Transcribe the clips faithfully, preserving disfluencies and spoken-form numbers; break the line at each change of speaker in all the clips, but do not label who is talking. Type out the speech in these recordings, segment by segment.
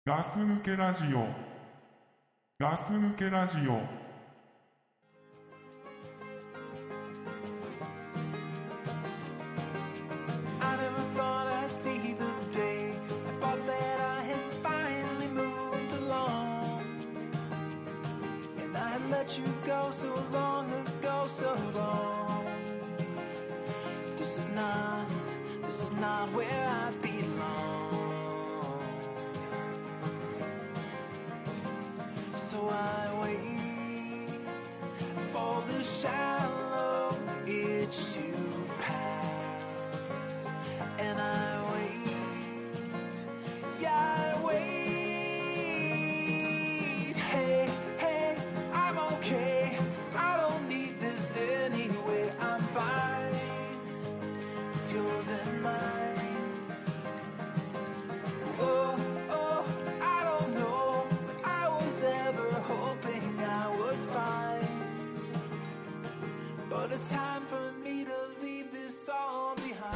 ガス抜けラジオガス抜けラジオ。
Let you go so long ago, so long. This is not, this is not where I belong. So I wait for the shallow itch to pass, and I wait, yeah, I wait. Hey, hey, I'm okay. I don't need this anyway. I'm fine. It's yours and mine. Oh, oh, I don't know what I was ever hoping I would find. But it's time for me to leave this all behind.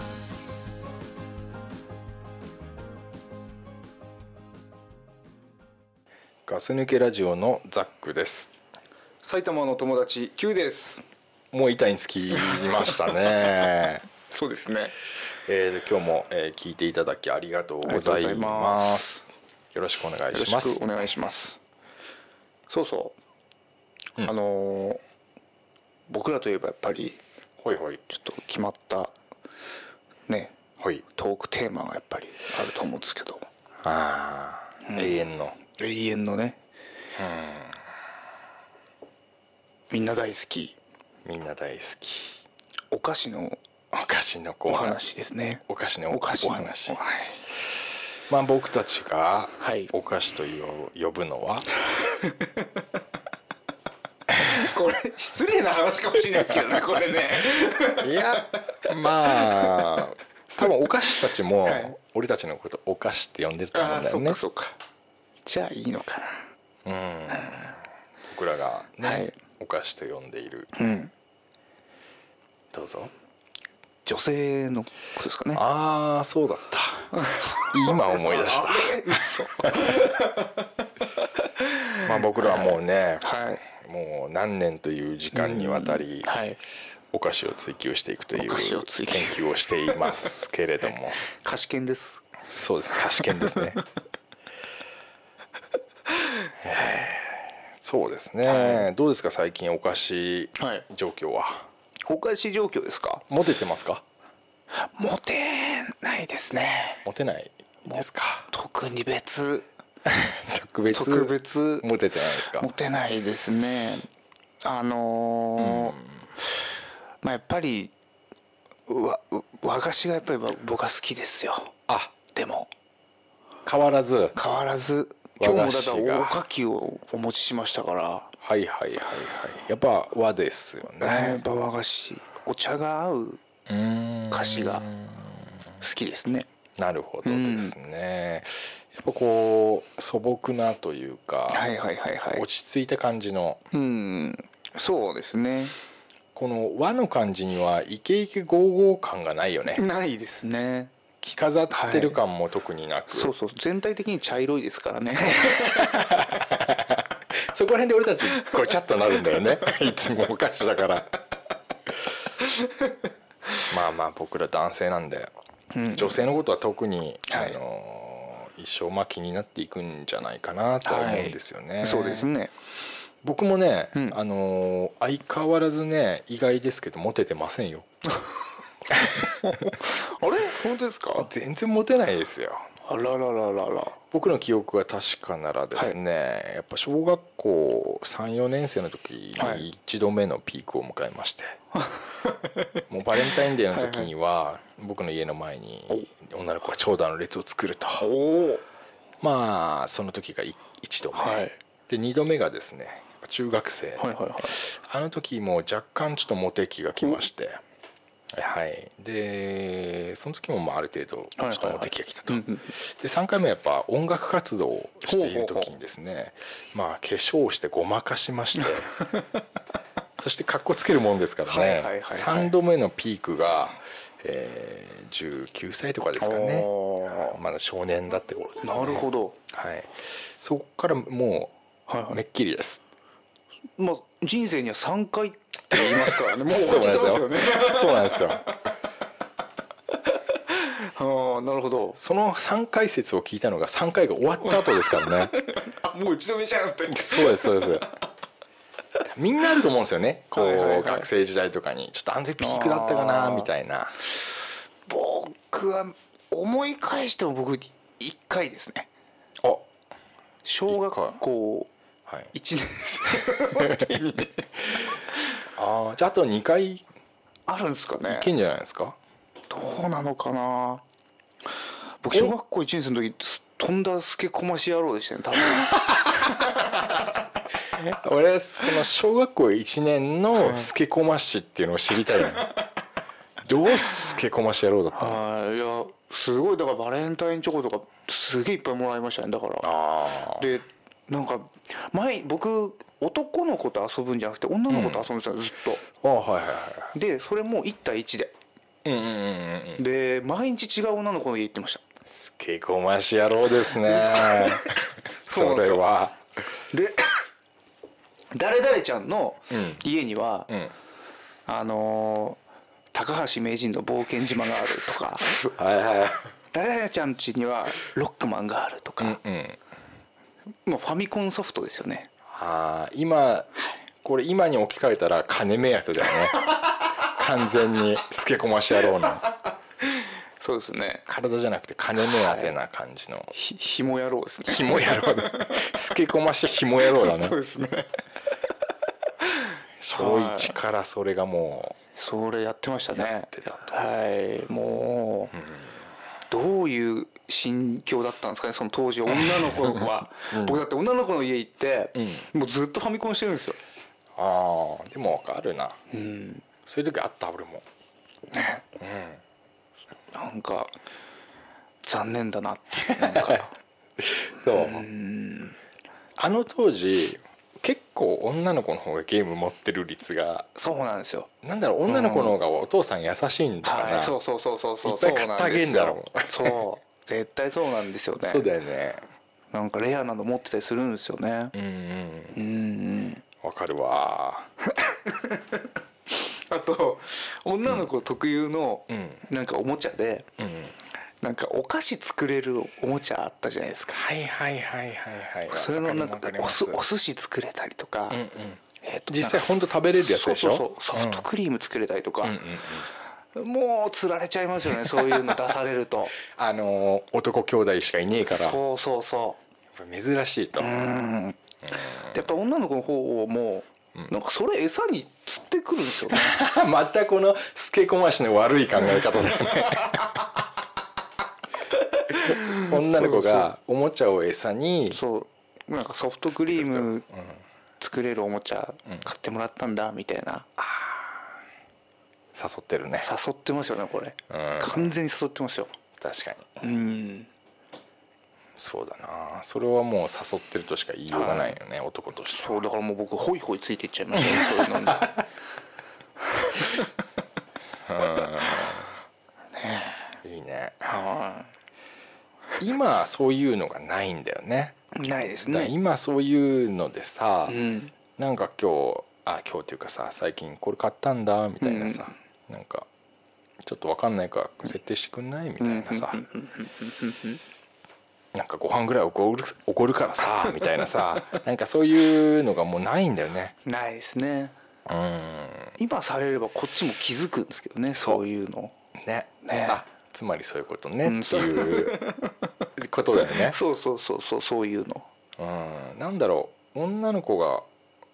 ガス抜けラジオのザックです。
埼玉の友達 Q です。
もう板につきましたね
そうですね、
えー、今日も、えー、聞いていただきありがとうございます。よろしくお願いします。
よろしくお願いします。そうそう、うん、あのー、僕らといえばやっぱり
ほいほい
ちょっと決まったね、
ほい
トークテーマがやっぱりあると思うんですけど、
ああ、うん、永遠の
永遠のね、
うん、
みんな大好き
みんな大好き
お菓子の
お菓子の
お話ですね。
お菓子のお
話、
はい、まあ僕たちがお菓子と呼ぶのは、はい、
これ失礼な話かもしれないですけどねこれね
いやまあ多分お菓子たちも俺たちのことお菓子って呼んでると思うんだよね。
ああ、そうかそうか。じゃあいいのかな。うん、
僕らがね、はい、お菓子と呼んでいる、うん、どうぞ。
女性のことですかね。
ああ、そうだった今思い出した
嘘
まあ僕らはもうね、
はい、
もう何年という時間にわたり、うん、はい、お菓子を追求していくという研究をしていますけれども
菓子研です。
そうです、菓子研ですねそうですね、はい、どうですか最近お菓子状況は、はい、
お菓子状況ですか。
モテてますか。
モテないですね。
モテないですか。
特に別
特別
特別
モテてないですか。
モテないですね。あのー、まあやっぱりわ和菓子がやっぱり僕は好きですよ。
あ、
でも
変わらず
変わらず今日もだからおかきをお持ちしましたから。
はいはいはいはい。やっぱ和ですよね。
やっぱ和菓子、お茶が合う菓子が好きですね。
なるほどですね。やっぱこう素朴なというか、
はいはいはいはい、
落ち着いた感じの、
うん、そうですね。
この和の感じにはイケイケゴーゴー感がないよね。
ないですね。
着飾ってる感も特になく、はい、
そうそう、全体的に茶色いですからね
そこら辺で俺たちごちゃっとなるんだよねいつもお菓子だからまあまあ僕ら男性なんで、うん、女性のことは特に、はい、あの一生まあ気になっていくんじゃないかなと思うんですよね、
はい、そうですね。
僕もね、うん、あの相変わらずね意外ですけどモテてませんよ
あれ本当ですか。
全然モテないですよ。
あららららら。僕
の記憶が確かならですね、はい、やっぱ小学校 さん,よ 年生の時にいちどめのピークを迎えまして、はい、もうバレンタインデーの時には僕の家の前に女の子が長蛇の列を作ると。おまあその時がいちどめ、はい、でにどめがですね中学生、はいはいはい、あの時も若干ちょっとモテ期が来まして、はい、でその時もまあある程度ちょっとモテ期が来たと、はいはいはい、でさんかいめはやっぱ音楽活動をしている時にですね、ほうほうほう、まあ化粧をしてごまかしましてそしてかっこつけるもんですからね、はいはいはいはい、さんどめのピークが、 えー、じゅうきゅうさいとかですかね。まだ少年だって頃ですね。
なるほど。
はい、そこからもうめっきりです、
はいはい、まあ、人生にはさんかいって言いますからね。もう
そうなんですよ
ね。
そうなんですよ
ああ、なるほど。
そのさんかい説を聞いたのがさんかいが終わった後ですからね
あ、もう打ち止めちゃうって。
そうですそうですみんなあると思うんですよね、こう、はいはいはい、学生時代とかにちょっとあの時ピークだったかなみたいな。
僕は思い返しても僕いっかいですね。
あ、
小学校いちねん生の時に
ああ、じゃああとにかい
あるんですかね。
いけんじゃないですか。
どうなのかな。僕小学校いちねん生の時とんだスケこまし野郎でしたね多分
俺その小学校いちねんのスケこましっていうのを知りたいのどうスケこまし野郎だったの。
いやすごい、だからバレンタインチョコとかすげえいっぱいもらいましたね。だから
あ
でなんか前僕男の子と遊ぶんじゃなくて女の子と遊んでたの、うん、ずっと。
あ、はいはいはい。で
それもいち対いちで、
うんうんうんうん、
で毎日違う女の子の家行ってました。
スケこまし野郎ですねそれは。
で誰々ちゃんの家には、うんうん、あのー、高橋名人の冒険島があるとか
はい、はい、
誰々ちゃん家にはロックマンがあるとか、うんうん、もうファミコンソフトですよね。
あ、今これ今に置き換えたら金目当てだよね完全にスケこまし野郎の
そうですね。
体じゃなくて金目当てな感じの、はい、
ひひも野郎ですね。
ひも野郎スケこましひも野郎だね
そうですね
小いちからそれがも
うそれやってましたね。
やってたと。
はい、もう、うん、どういう心境だったんですかねその当時女の子は、うん、僕だって女の子の家行って、うん、もうずっとファミコンしてるんですよ。
ああ、でも分かるな、
うん、
そういう時あった俺も
ね、うん、なんか残念だなってなんか
そう、うん、あの当時結構女の子の方がゲーム持ってる率が、
そうなんですよ。
なんだろう、女の子の方がお父さん優しいんだから、
はい、そうそうそうそうそう、
いっぱい買ってあげんだろう
そう絶対そうなんですよね。
そうだよね。
なんかレアなの持ってたりするんですよね。
うんうん
うんうん
わかるわ
あと女の子特有のなんかおもちゃで、うんうん、なんかお菓子作れるおもちゃあったじゃないですか。
はいはいはいはいはい。
それのなんかおすお寿司作れたりとか、うんうん、
えー、と実際本当食べれるやつでしょ。
そうそうそう、ソフトクリーム作れたりとか、うんうんうん、もうつられちゃいますよねそういうの出されると
あの男兄弟しかいねえから。
そうそうそう、
やっぱ珍しいと。うん、
でやっぱ女の子の方もなんかそれ餌に釣ってくるんですよね
またこのスケこましの悪い考え方だよね女の子がおもちゃを餌に、
そうなんかソフトクリーム作れるおもちゃ買ってもらったんだみたいな、うん、
誘ってるね。
誘ってますよねこれ、うん、完全に誘ってますよ。
確かに、
うん、
そうだな。それはもう誘ってるとしか言いようがないよね、男としては。
そうだからもう僕ホイホイついていっちゃいましたねそういうのに
ねえ、いいね。今そういうのがないんだよね。
ないですね。
今そういうのでさ、うん、なんか今日あ今日っていうかさ、最近これ買ったんだみたいなさ、うん、なんかちょっと分かんないから設定してくんないみたいなさ、なんかご飯ぐらいおごるおごるからさみたいなさなんかそういうのがもうないんだよね。
ないですね。うん、今されればこっちも気づくんですけどね、そう、そういうの
ね。ね、あつまりそういうことね、うん、っていうことだよね。
そうそうそうそう、そういうの、
うん、なんだろう、女の子が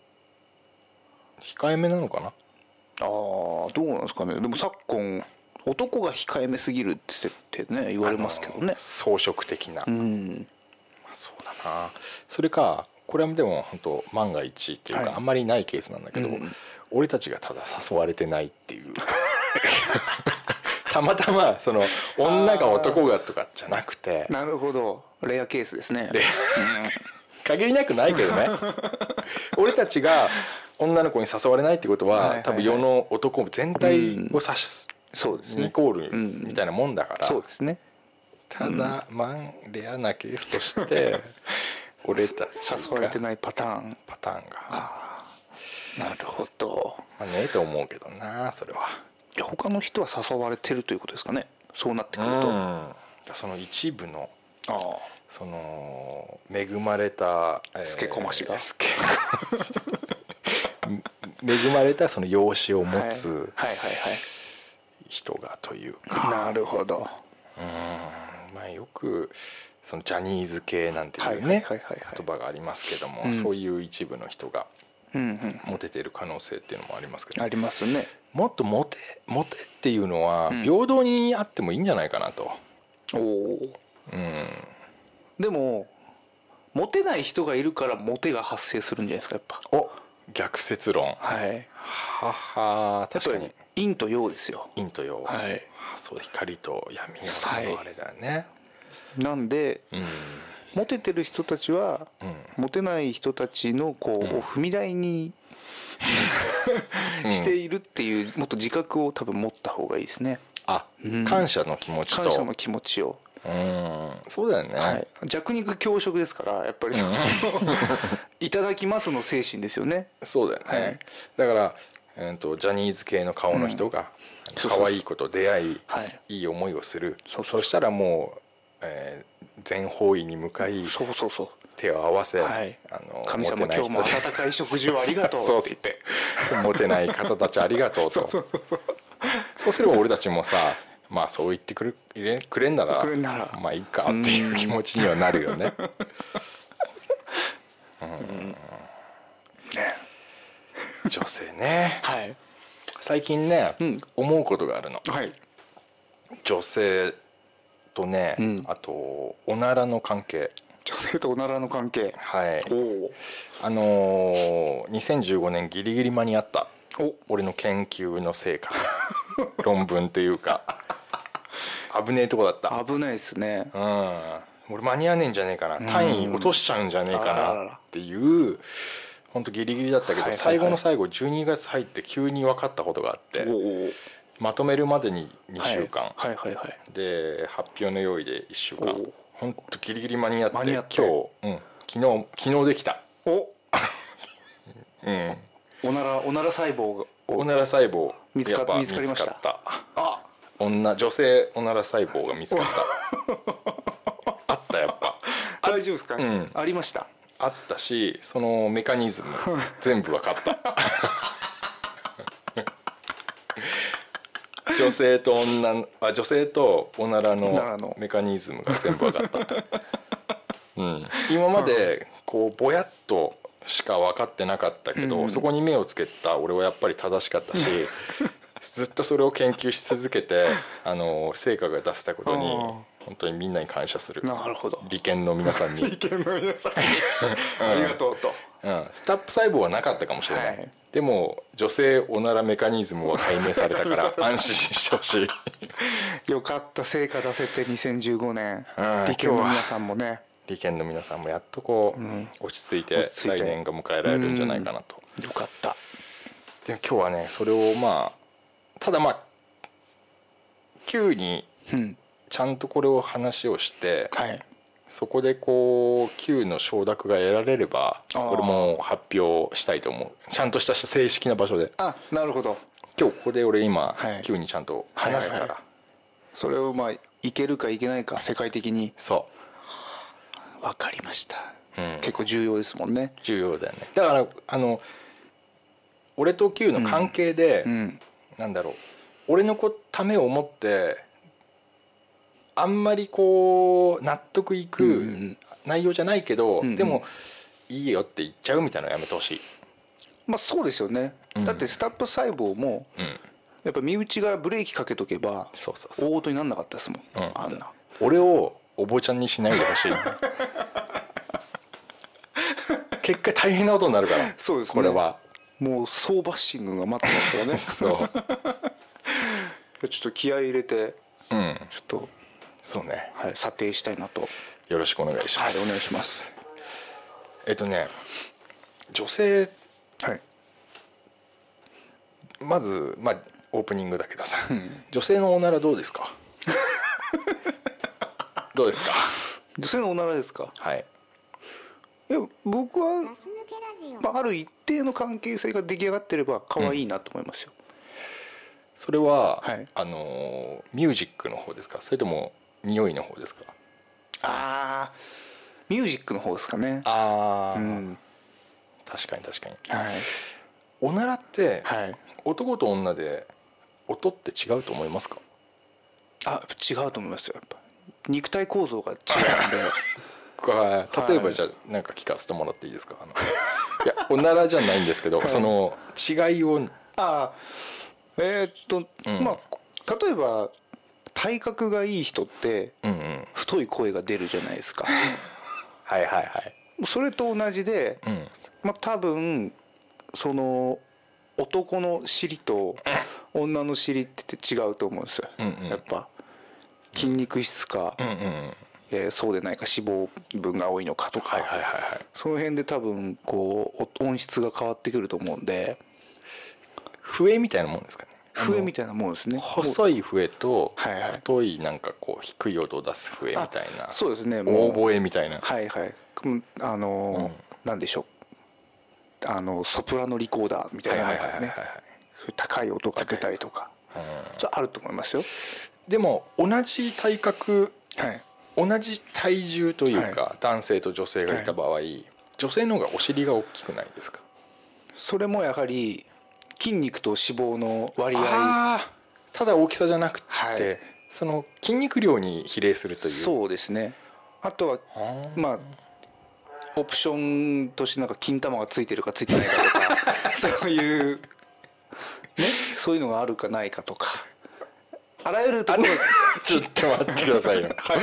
控えめなのかな。あ
あ、どうなんですかね。でも昨今男が控えめすぎるってね言われますけどね、
装飾的な、うん、まあ、そうだな。それかこれはでも本当万が一っていうか、はい、あんまりないケースなんだけど、うん、俺たちがただ誘われてないっていうたまたまその女が男がとかじゃなくて。
なるほど、レアケースですね。
限りなくないけどね俺たちが女の子に誘われないってことは、はいはいはい、多分世の男全体を指す
そうですね
ニコールみたいなもんだから、
そうですね。
ただ、うん、まあレアなケースとして俺たちが
誘われてないパターン
パターンが
ああなるほど、
まあねえと思うけどなそれは。
他の人は誘われてるということですかね、そうなってくると。うん、
その一部の
あ
その恵まれた、
えー、スケコマシが
スケ恵まれたその容姿を持つ、はい、はいはいはい人がというか。
なるほど。
うんまあよくそのジャニーズ系なんていうね言葉がありますけども、うん、そういう一部の人がモテてる可能性っていうのもありますけど、
ありますね。
もっとモテモテっていうのは平等にあってもいいんじゃないかなと。
うん、おお、うん、でもモテない人がいるからモテが発生するんじゃないですかやっぱ。
お逆説論。
はい
はは確かに
陰と陽ですよ。
陰と陽、
はい、
そう光と闇のそのあれだよね、はい、
なんで、うん、モテてる人たちは、うん、モテない人たちのこう、うん、踏み台にしているっていうもっと自覚を多分持った方がいいですね。
あ、うん、感謝の気持ちと
感謝の気持ちを、
うんそうだよね、は
い、弱肉強食ですからやっぱりその、うん、いただきますの精神ですよね。
そうだよね、はい、だから、えー、とジャニーズ系の顔の人が可愛い子と出会い、はい、いい思いをする。そうそうそう、そしたらもう、えー、全方位に向かい
そうそうそう
手を合わせ、
はい、あの神様今日も温かい食事をありがとうって言って
モテない方たちありがとうとそうそうそうそうすれば俺たちもさまあそう言ってくれ、入れくれんならまあいいかっていう気持ちにはなるよね。うんうんね女性ね、
はい、
最近ね、うん、思うことがあるの、
はい、
女性とね、うん、あとおならの関係。
女性とおならの関係、
はい、おあのー、にせんじゅうごねんギリギリ間に合ったお俺の研究の成果論文っていうか危ねえとこだった。
危ないですね、
うん、俺間に合わねえんじゃねえかな、単位落としちゃうんじゃねえかなっていう本当ギリギリだったけど、はいはいはい、最後の最後じゅうにがつ入って急に分かったことがあって、おまとめるまでににしゅうかん、
はいはいはいはい、
で発表の用意でいっしゅうかん、本当ギリギリ間に合って
間に合って
今日、うん、昨日昨日できた。
お
うん、
おならおなら細胞が
おなら細胞
見つか見つかりました。
あ女女性おなら細胞が見つかったあったやっぱ
大丈夫ですか、
うん、
ありました。
あったしそのメカニズム全部分かった女性と女あ女性とおならのメカニズムが全部分かった、うん、今までこうぼやっとしか分かってなかったけど、うんうん、そこに目をつけた俺はやっぱり正しかったしずっとそれを研究し続けてあの成果が出せたことに本当にみんなに感謝する。
なるほど。
理研の皆さんに
理研の皆さんにありがとうと、
うん、スタップ細胞はなかったかもしれない、はい、でも女性おならメカニズムは解明されたから安心してほしい
よかった成果出せてにせんじゅうごねん、うん、理研の皆さんもね
理研の皆さんもやっとこう、うん、落ち着いて来年が迎えられるんじゃないかなと、
うん、よかった。
で今日はねそれをまあただまあ Q にちゃんとこれを話をして、
うんはい、
そこでこう Q の承諾が得られればこれも発表したいと思う。ちゃんとした正式な場所で。
あなるほど。
今日ここで俺今 Q にちゃんと話すから、はいはいはい、
それをまあいけるかいけないか世界的に。
そう
分かりました、うん、結構重要ですもんね。
重要だよね。だからあの俺と Q の関係で、うんうんなんだろう俺のためを思ってあんまりこう納得いく内容じゃないけど、うんうん、でもいいよって言っちゃうみたいなのやめてほしい。
まあそうですよね、うん、だってスタップ細胞も、うん、やっぱ身内がブレーキかけとけば
そうそうそう
大事になんなかったですもん、うん、あんな
俺をお坊ちゃんにしないでほしい結果大変なことになるから
そうですね
これは
もう総バッシングが待ってますからねそうちょっと気合い入れて、うん、ちょっと
そうね、
はい、査定したいなと。
よろしくお願いします。
はいお願いします。
えっとね女性、
はい、
まずまあオープニングだけどさ、
うん、
女性のおならどうですかどうですか
女性のおならですか。
はい。
いや僕は、まあ、ある一定の関係性が出来上がってれば可愛いなと思いますよ、うん、
それは、
はい、
あのミュージックの方ですか、それとも匂いの方ですか。
ああミュージックの方ですかね。
ああ、
うん、
確かに確かに、
はい、
おならって、
はい、
男と女で音って違うと思いますか。
あ違うと思いますよ。やっぱ肉体構造が違うんで
例えばじゃあ何か聞かせてもらっていいですか。あのいやおならじゃないんですけど、はい、その違いを
あえー、っと、うん、まあ例えば体格がいい人って太い声が出るじゃないですか、うんうん、
はいはいはい。
それと同じで、うん、まあ多分その男の尻と女の尻って違うと思うんですよ、うんうん、やっぱ筋肉質か、うんうん、えー、そうでないか脂肪分が多いのかとか、はいはいはいはい、その辺で多分こう音質が変わってくると思うんで。
笛みたいなもんですかね。
笛みたいなもんですね。
細い笛と太いなんかこう低い音を出す笛みたいな。
そうですね。
大声みたいな。
はいはい。あのー、なんでしょう。あのソプラノリコーダーみたいなね。そういう高い音が出たりとか、じゃあると思いますよ。
でも同じ体格、はい、同じ体重というか、はい、男性と女性がいた場合、はい、女性の方がお尻が大きくないですか。
それもやはり筋肉と脂肪の割合。
あ、ただ大きさじゃなくて、はい、その筋肉量に比例するという。
そうですね。あとはまあオプションとしてなんか金玉がついてるかついてないかとかそういうね、そういうのがあるかないかとか、あらゆるところ
ちょっと待ってくださいよ、はい、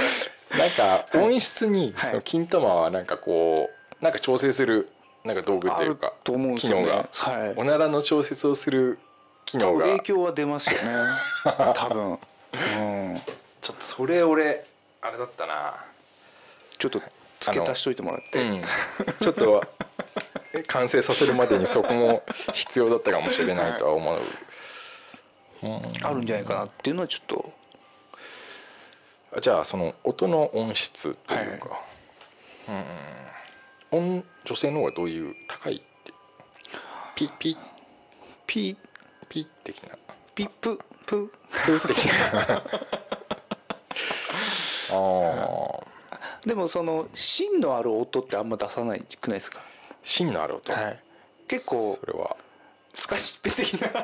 なんか音質にその金玉はなんかこうなんか調整するなんか道具というか機能が、はい、おならの調節をする機能が
影響は出ますよね多分、うん、
ちょっとそれ俺あれだったな、
ちょっと付け足しといてもらって、うん、
ちょっと完成させるまでにそこも必要だったかもしれないとは思う、
うん、あるんじゃないかなっていうのはちょっと。
じゃあその音の音質というか、はい、うん、音女性の方がどういう高いってピピ
ピ
ピ的な
ピププ
プ的なああ
でもその芯のある音ってあんま出さないくないですか。
芯のある音、はい、
結構
それは
スカシッペ的な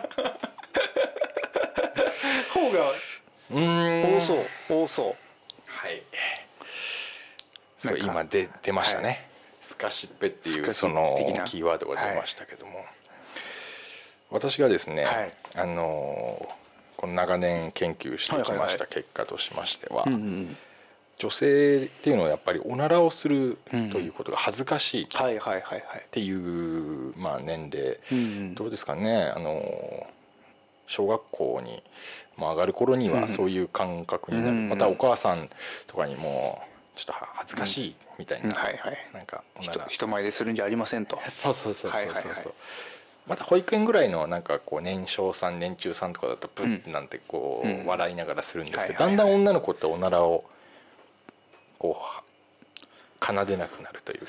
方が多そう多そう。
はい、そう今で出ましたね、はい、スカシッペっていうそのキーワードが出ましたけども、はい、私がですね、はい、あのこの長年研究してきました結果としましては、女性っていうのはやっぱりおならをするということが恥ずかしいっていうまあ年齢、どうですかね、あの小学校に上がる頃にはそういう感覚になる、またお母さんとかにもちょっと恥ずかしいみたいな、なんか
人前でするんじゃありませんと。
そうそうそうそうそう。また保育園ぐらいのなんかこう年少さん年中さんとかだとプッなんてこう笑いながらするんですけど、だんだん女の子っておならをこう奏でなくなるというか、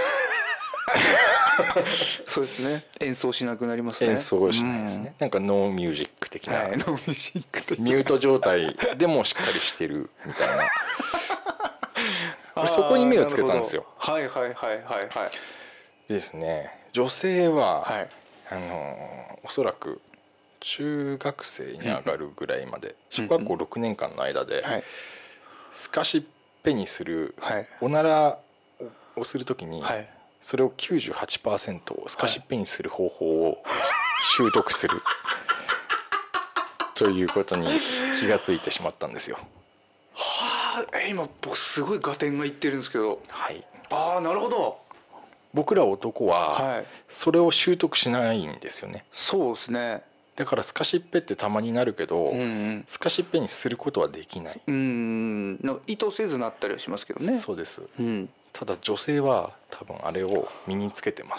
そうですね、演奏しなくなりますね。
演奏しないですね、うん、なんかノーミュージック的な、
はい、ノーミュージック的な
ミュート状態でもしっかりしてるみたいな俺そこに目をつけたんですよ。
はいはいはいはいはい
ですね。女性は、はい、あのおそらく中学生に上がるぐらいまで、うん、小学校ろくねんかんの間で、うんうん、スカシッペにする、はい、おならをするときに、はい、それを きゅうじゅうはちパーセント をスカシッペにする方法を習得するということに気がついてしまったんですよ。
はあ、今僕すごい合点がいってるんですけど、
はい、
ああなるほど。
僕ら男はそれを習得しないんですよね。
そうですね。
だからスカシッペってたまになるけど、うんうん、スカシッペにすることはできない。
うん、なんか意図せずなったりはしますけどね。
そうです、うん、ただ女性は多分あれを身につけてます。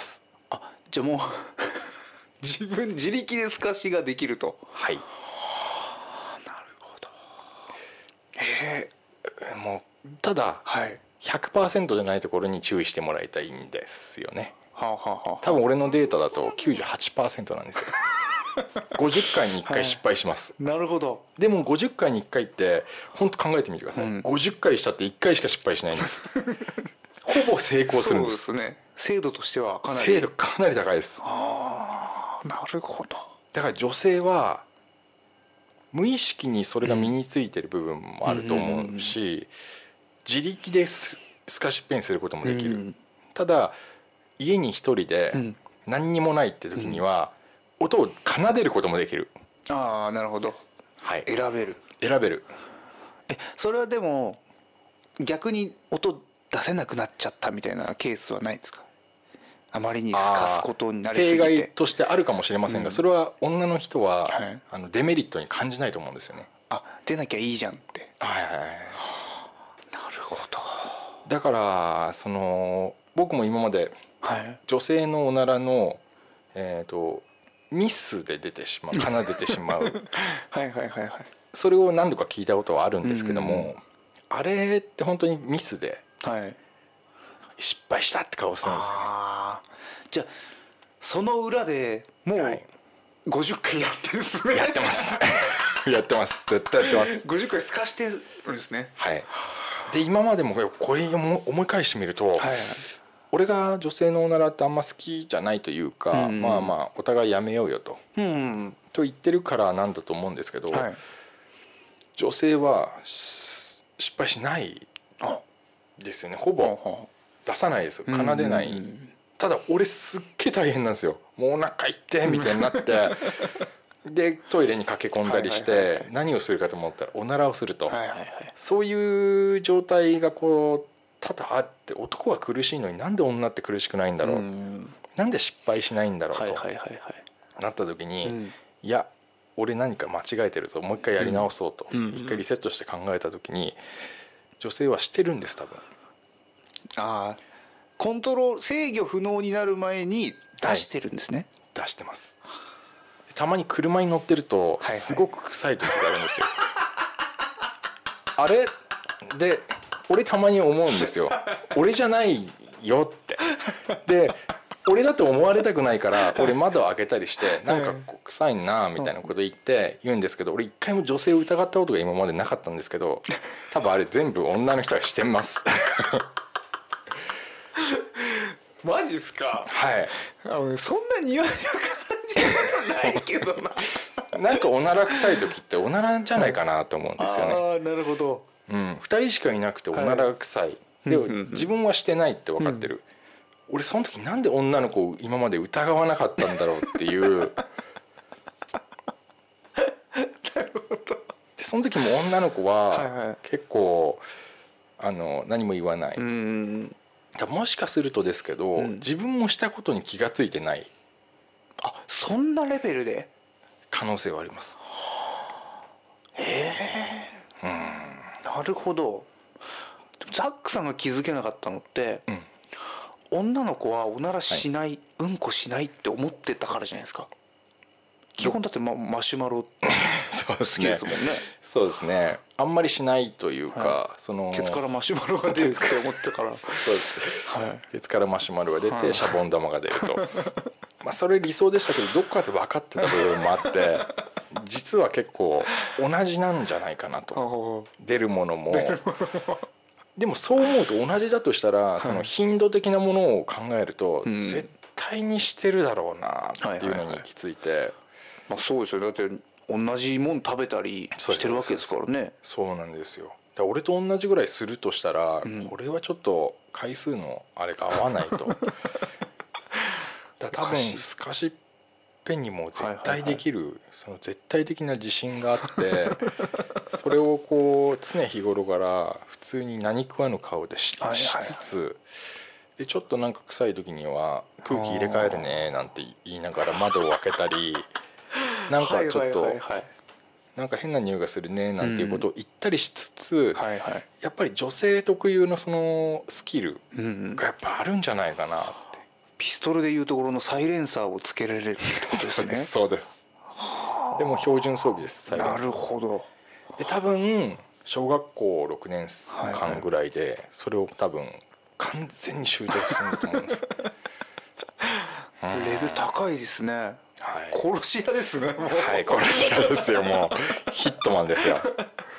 あ、じゃあもう自分自力でスカシができると。
はい。
へ
えもうただ、はい、ひゃくパーセント じゃないところに注意してもらいたいんですよね。
はあはあはあ、
多分俺のデータだと きゅうじゅうはちパーセント なんですよごじゅっかいにいっかい失敗します、
はい、なるほど。
でもごじゅっかいにいっかいって本当考えてみてください、うん、ごじゅっかいしたっていっかいしか失敗しないんですほぼ成功するんです。
そうですね、精度としてはかなり
精度かなり高いです。
ああなるほど。
だから女性は無意識にそれが身についてる部分もあると思うし、自力でスカシッペンすることもできる、うん、ただ家に一人で何にもないって時には音を奏でることもできる、
うん、ああなるほど、はい、選べる
選べる。
えそれはでも逆に音出せなくなっちゃったみたいなケースはないですか？あまりにすかすことになりすぎて。
弊害としてあるかもしれませんが、うん、それは女の人は、はい、あのデメリットに感じないと思うんですよね。
あ出なきゃいいじゃんって。
はいはいはい、は
あ、なるほど。
だからその僕も今まで女性のおならの、えーとミスで出てしまう奏でてしまう
はいはいはいはい、
それを何度か聞いたことはあるんですけども、うんうん、あれって本当にミスで、はい、失敗したって顔するんですよね。
あじゃあその裏でもうごじゅっかいやってるんですね。
やってますやってます絶対やってます。
ごじゅっかいすかしてるんですね。
はい。で今までもこれ思い返してみると、はいはい、俺が女性のおならってあんま好きじゃないというか、うんうん、まあまあお互いやめようよと、うんうん、と言ってるからなんだと思うんですけど、はい、女性は失敗しないですよね。ほぼ出さないです、奏でない、うんうん、ただ俺すっげえ大変なんですよ。もうお腹痛ってみたいになってでトイレに駆け込んだりして、はいはいはいはい、何をするかと思ったらおならをすると、はいはいはい、そういう状態がこう多々あって、男は苦しいのになんで女って苦しくないんだろう、うん、なんで失敗しないんだろうと、はいはいはいはい、なった時に、うん、いや俺何か間違えてるぞ、もう一回やり直そうと、うん、一回リセットして考えた時に女性はしてるんです多分。
ああコントロール制御不能になる前に出してるんですね、
はい、出してます。たまに車に乗ってるとすごく臭い時があるんですよ、はいはい、あれで俺たまに思うんですよ俺じゃないよってで俺だと思われたくないから俺窓を開けたりしてなんかこう臭いなみたいなこと言って言うんですけど、俺一回も女性を疑ったことが今までなかったんですけど、多分あれ全部女の人がしてます
マジっすか？
はい。
あのそんな匂いを感じたことないけどな
なんかおなら臭い時っておならじゃないかなと思うんですよね。
ああなるほど、
うん、ふたりしかいなくておならが臭い、はい、で自分はしてないって分かってる、うん、俺その時なんで女の子を今まで疑わなかったんだろうっていうなる
ほど。
でその時も女の子は結構あの何も言わない、うん、もしかするとですけど、うん、自分もしたことに気がついてない、
あそんなレベルで
可能性はあります。
へえ、うん、なるほど。ザックさんが気づけなかったのって、うん、女の子はおならしない、はい、うんこしないって思ってたからじゃないですか。基本だって、ま、マシュマロ好きですもんね。
そうですね。あんまりしないというか、
はい、
その
ケツからマシュマロが出るって思ってたから
そうです、はい、ケツからマシュマロが出て、はい、シャボン玉が出るとまあそれ理想でしたけど、どっかで分かってた部分もあって実は結構同じなんじゃないかなと出るものもでもそう思うと同じだとしたら、その頻度的なものを考えると、はい、絶対にしてるだろうなっていうのに行き着いて、はいはいはい、
まあ、そうですよ。だって同じもん食べたりしてるわけですからね。
そうなんですよ。だから俺と同じぐらいするとしたら、うん、これはちょっと回数のあれが合わないとだ多分スカシッペにも絶対できる、はいはいはい、その絶対的な自信があってそれをこう常日頃から普通に何食わぬ顔で し,、はいはい、しつつでちょっとなんか臭い時には空気入れ替えるねなんて言いながら窓を開けたりなんかちょっとなんか変な匂いがするねなんていうことを言ったりしつつ、やっぱり女性特有のそのスキルがやっぱあるんじゃないかなって。
ピストルでいうところのサイレンサーをつけられるってことです
ね。そうです。でも標準装備です。
サイレンサー。なるほど。
で多分小学校ろくねんかんぐらいでそれを多分完全に習得するんだと思うんです
レベル高いですね、はい、殺し屋ですねもう。
はい、殺し屋ですよもうヒットマンですよ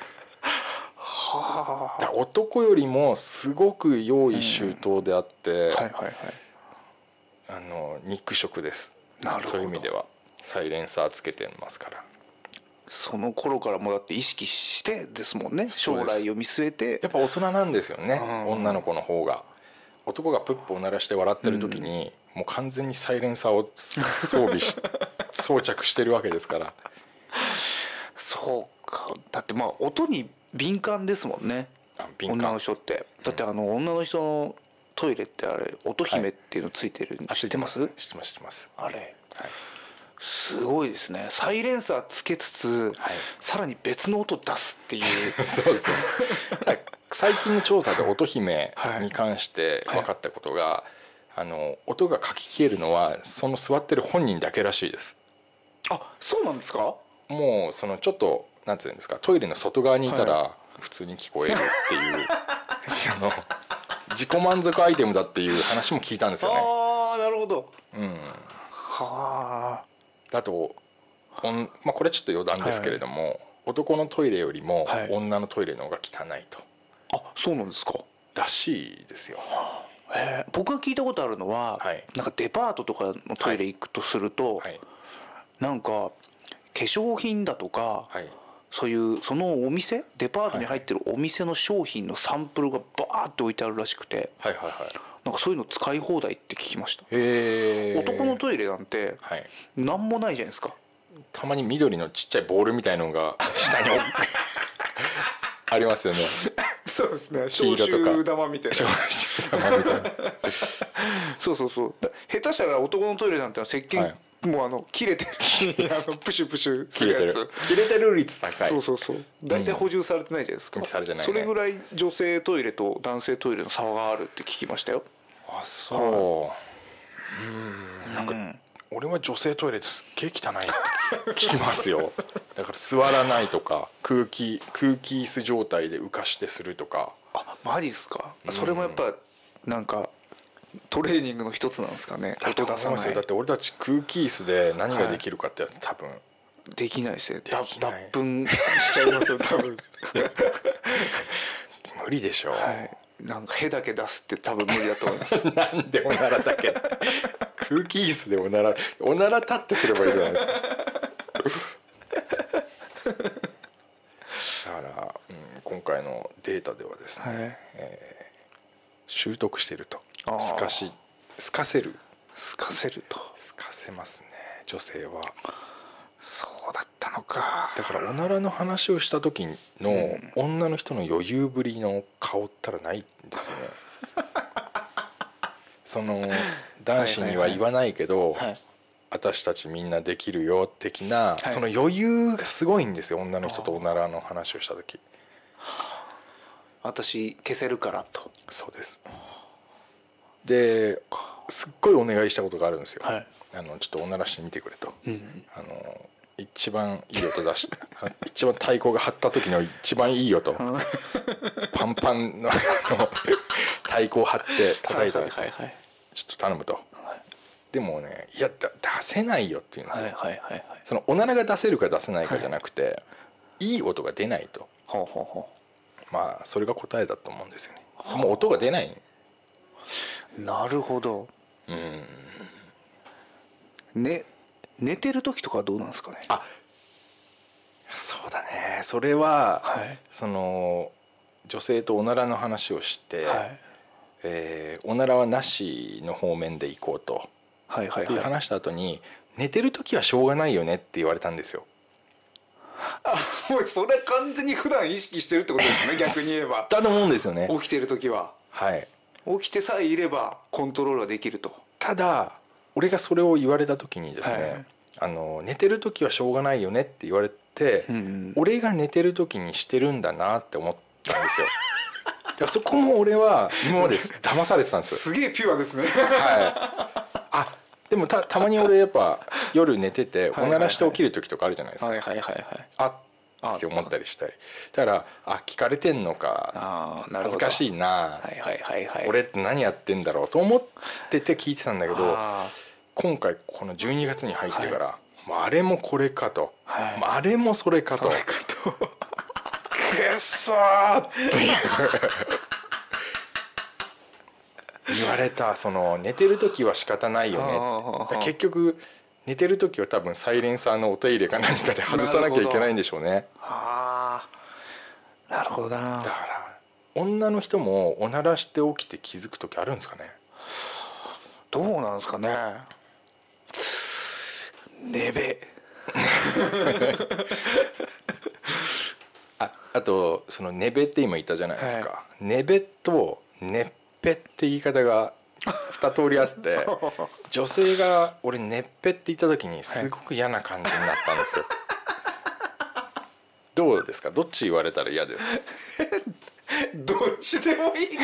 はあ、
だ男よりもすごく用意周到であって、うん、はいはいはい、あの肉食です。なるほど。そういう意味ではサイレンサーつけてますから。
その頃からもだって意識してですもんね、将来を見据えて。
やっぱ大人なんですよね、うん、女の子の方が。男がプップを鳴らして笑ってる時に、うん、もう完全にサイレンサーを装備し装着してるわけですから。
そうか、だってまあ音に敏感ですもんね、女の人って。だってあの女の人のトイレってあれ音姫っていうのついてる、はい、知ってます？
知ってます知ってます。
あれ、はい、すごいですね。サイレンサーつけつつ、はい、さらに別の音出すっていう
そうですよ最近の調査で音姫に関して分かったことが、はいはい、あの音がかき消えるのはその座ってる本人だけらしいです。
あ、そうなんですか？
もうそのちょっとなんていうんですか、トイレの外側にいたら普通に聞こえるっていう、はい、その自己満足アイテムだっていう話も聞いたんですよね。
ああ、なるほど。
うん。
はあ。
だと、まあ、これちょっと余談ですけれども、はい、男のトイレよりも女のトイレの方が汚いと。
あ、そうなんですか。
らしいですよ。
へえ。僕が聞いたことあるのは、はい、なんかデパートとかのトイレ行くとすると、はいはい、なんか化粧品だとか、はい、そういうそのお店デパートに入ってるお店の商品のサンプルがバーって置いてあるらしくて、はいはいはい、なんかそういうの使い放題って聞きました。へー。男のトイレなんて何もないじゃないですか。
たまに緑のちっちゃいボールみたいのが下にありますよね。
そうですね。消臭玉みたいな。消臭玉みたいな。そうそうそう。下手したら男のトイレなんて石鹸、はい、もうあの切れてるあのプシュプシュするやつ、
切れてる率高い。
そうそうそう。大体補充されてないじゃないですか、うん、
されてないね。
それぐらい女性トイレと男性トイレの差があるって聞きましたよ。
あ、そう、はい、うん、なんか、うん、俺は女性トイレですっげえ汚いって聞きますよ。だから座らないとか空気空気椅子状態で浮かしてするとか。
あ、マジっすか、うん、それもやっぱなんかトレーニングの一つなんですかね。
音出さない。だって俺たち空気椅子で何ができるかって、はい、多分
できないですね。脱粉しちゃいますよ多分
無理でしょう、
はい、なんかへだけ出すって多分無理だと思います
なんでおならだけ空気椅子でおならおなら立ってすればいいじゃないですかだから、うん、今回のデータではですね、はい、えー習得してると。すかしすかせる
すかせると
すかせますね、女性は。
そうだったのか。
だからおならの話をした時の女の人の余裕ぶりの顔ったらないんですよねその男子には言わないけど、はいはいはい、私たちみんなできるよ的な、はい、その余裕がすごいんですよ、女の人とおならの話をした時。
私消せるからと。
そうです。ですっごいお願いしたことがあるんですよ、はい、あのちょっとおならしてみてくれと、うん、あの一番いい音出して一番太鼓が張った時の一番いい音パンパンの太鼓を張って叩いた時、はいはいはいはい、ちょっと頼むと、はい、でもね、いや出せないよって言うんですよ、はいはいはいはい、そのおならが出せるか出せないかじゃなくて、はい、いい音が出ないと、ほうほうほう、まあそれが答えだと思うんですよね。もう音が出ない。
なるほど。うん。ね、寝てる時とかはどうなんですかね。
あ、そうだね。それは、はい、その女性とおならの話をして、はい、えー、おならはなしの方面で行こうと、はいはいはい、っていう話した後に、寝てる時はしょうがないよねって言われたんですよ。
あ、もうそれ完全に普段意識してるってことですね逆に言えば。
だと思うんですよね。
起きてる時は。はい。起きてさえいればコントロールはできると。
ただ俺がそれを言われた時にですね、はい、あの寝てる時はしょうがないよねって言われて、うんうん、俺が寝てる時にしてるんだなって思ったんですよだからそこも俺は今まで騙されてたんですよ
すげえピュアですねはい。
あ、でも た, たまに俺やっぱ夜寝てておならして起きる時とかあるじゃないですか。はいはいはいはい。あ、 って思ったりしたり、だからあ聞かれてんのか
あなるほど
恥ずかしいな、
はいはいはいはい、
俺って何やってんだろうと思ってて聞いてたんだけど、
あ
今回このじゅうにがつに入ってから、はい、もうあれもこれかと、
はい、
あれもそれかと、
それかと
くっそーっていう言われた。その寝てる時は仕方ないよね、結局寝てる時は多分サイレンサーのお手入れか何かで外さなきゃいけないんでしょうね。
ああなるほどな。
だから女の人もおならして起きて気づく時あるんですかね。
どうなんですかね。寝べ
あ, あとその寝べって今言ったじゃないですか、はい、寝べと寝っぺって言い方が二通りあって女性が俺寝っぺって言った時にすごく嫌な感じになったんですよ、はい、どうですか。どっち言われたら嫌です
どっちでもいいけど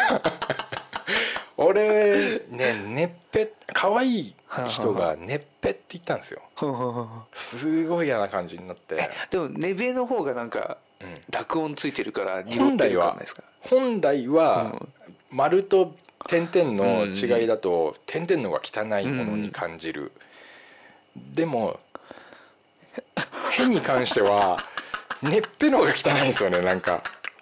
俺ね寝っぺ可愛い人が寝っぺって言ったんですよすごい嫌な感じになって。
でも寝べの方がなんか濁音ついてるから濁
本
ってる
来は本来は丸と点々の違いだと点々のが汚いものに感じる、でも「へ」に関しては寝っぺの方が汚いんですよね。なんか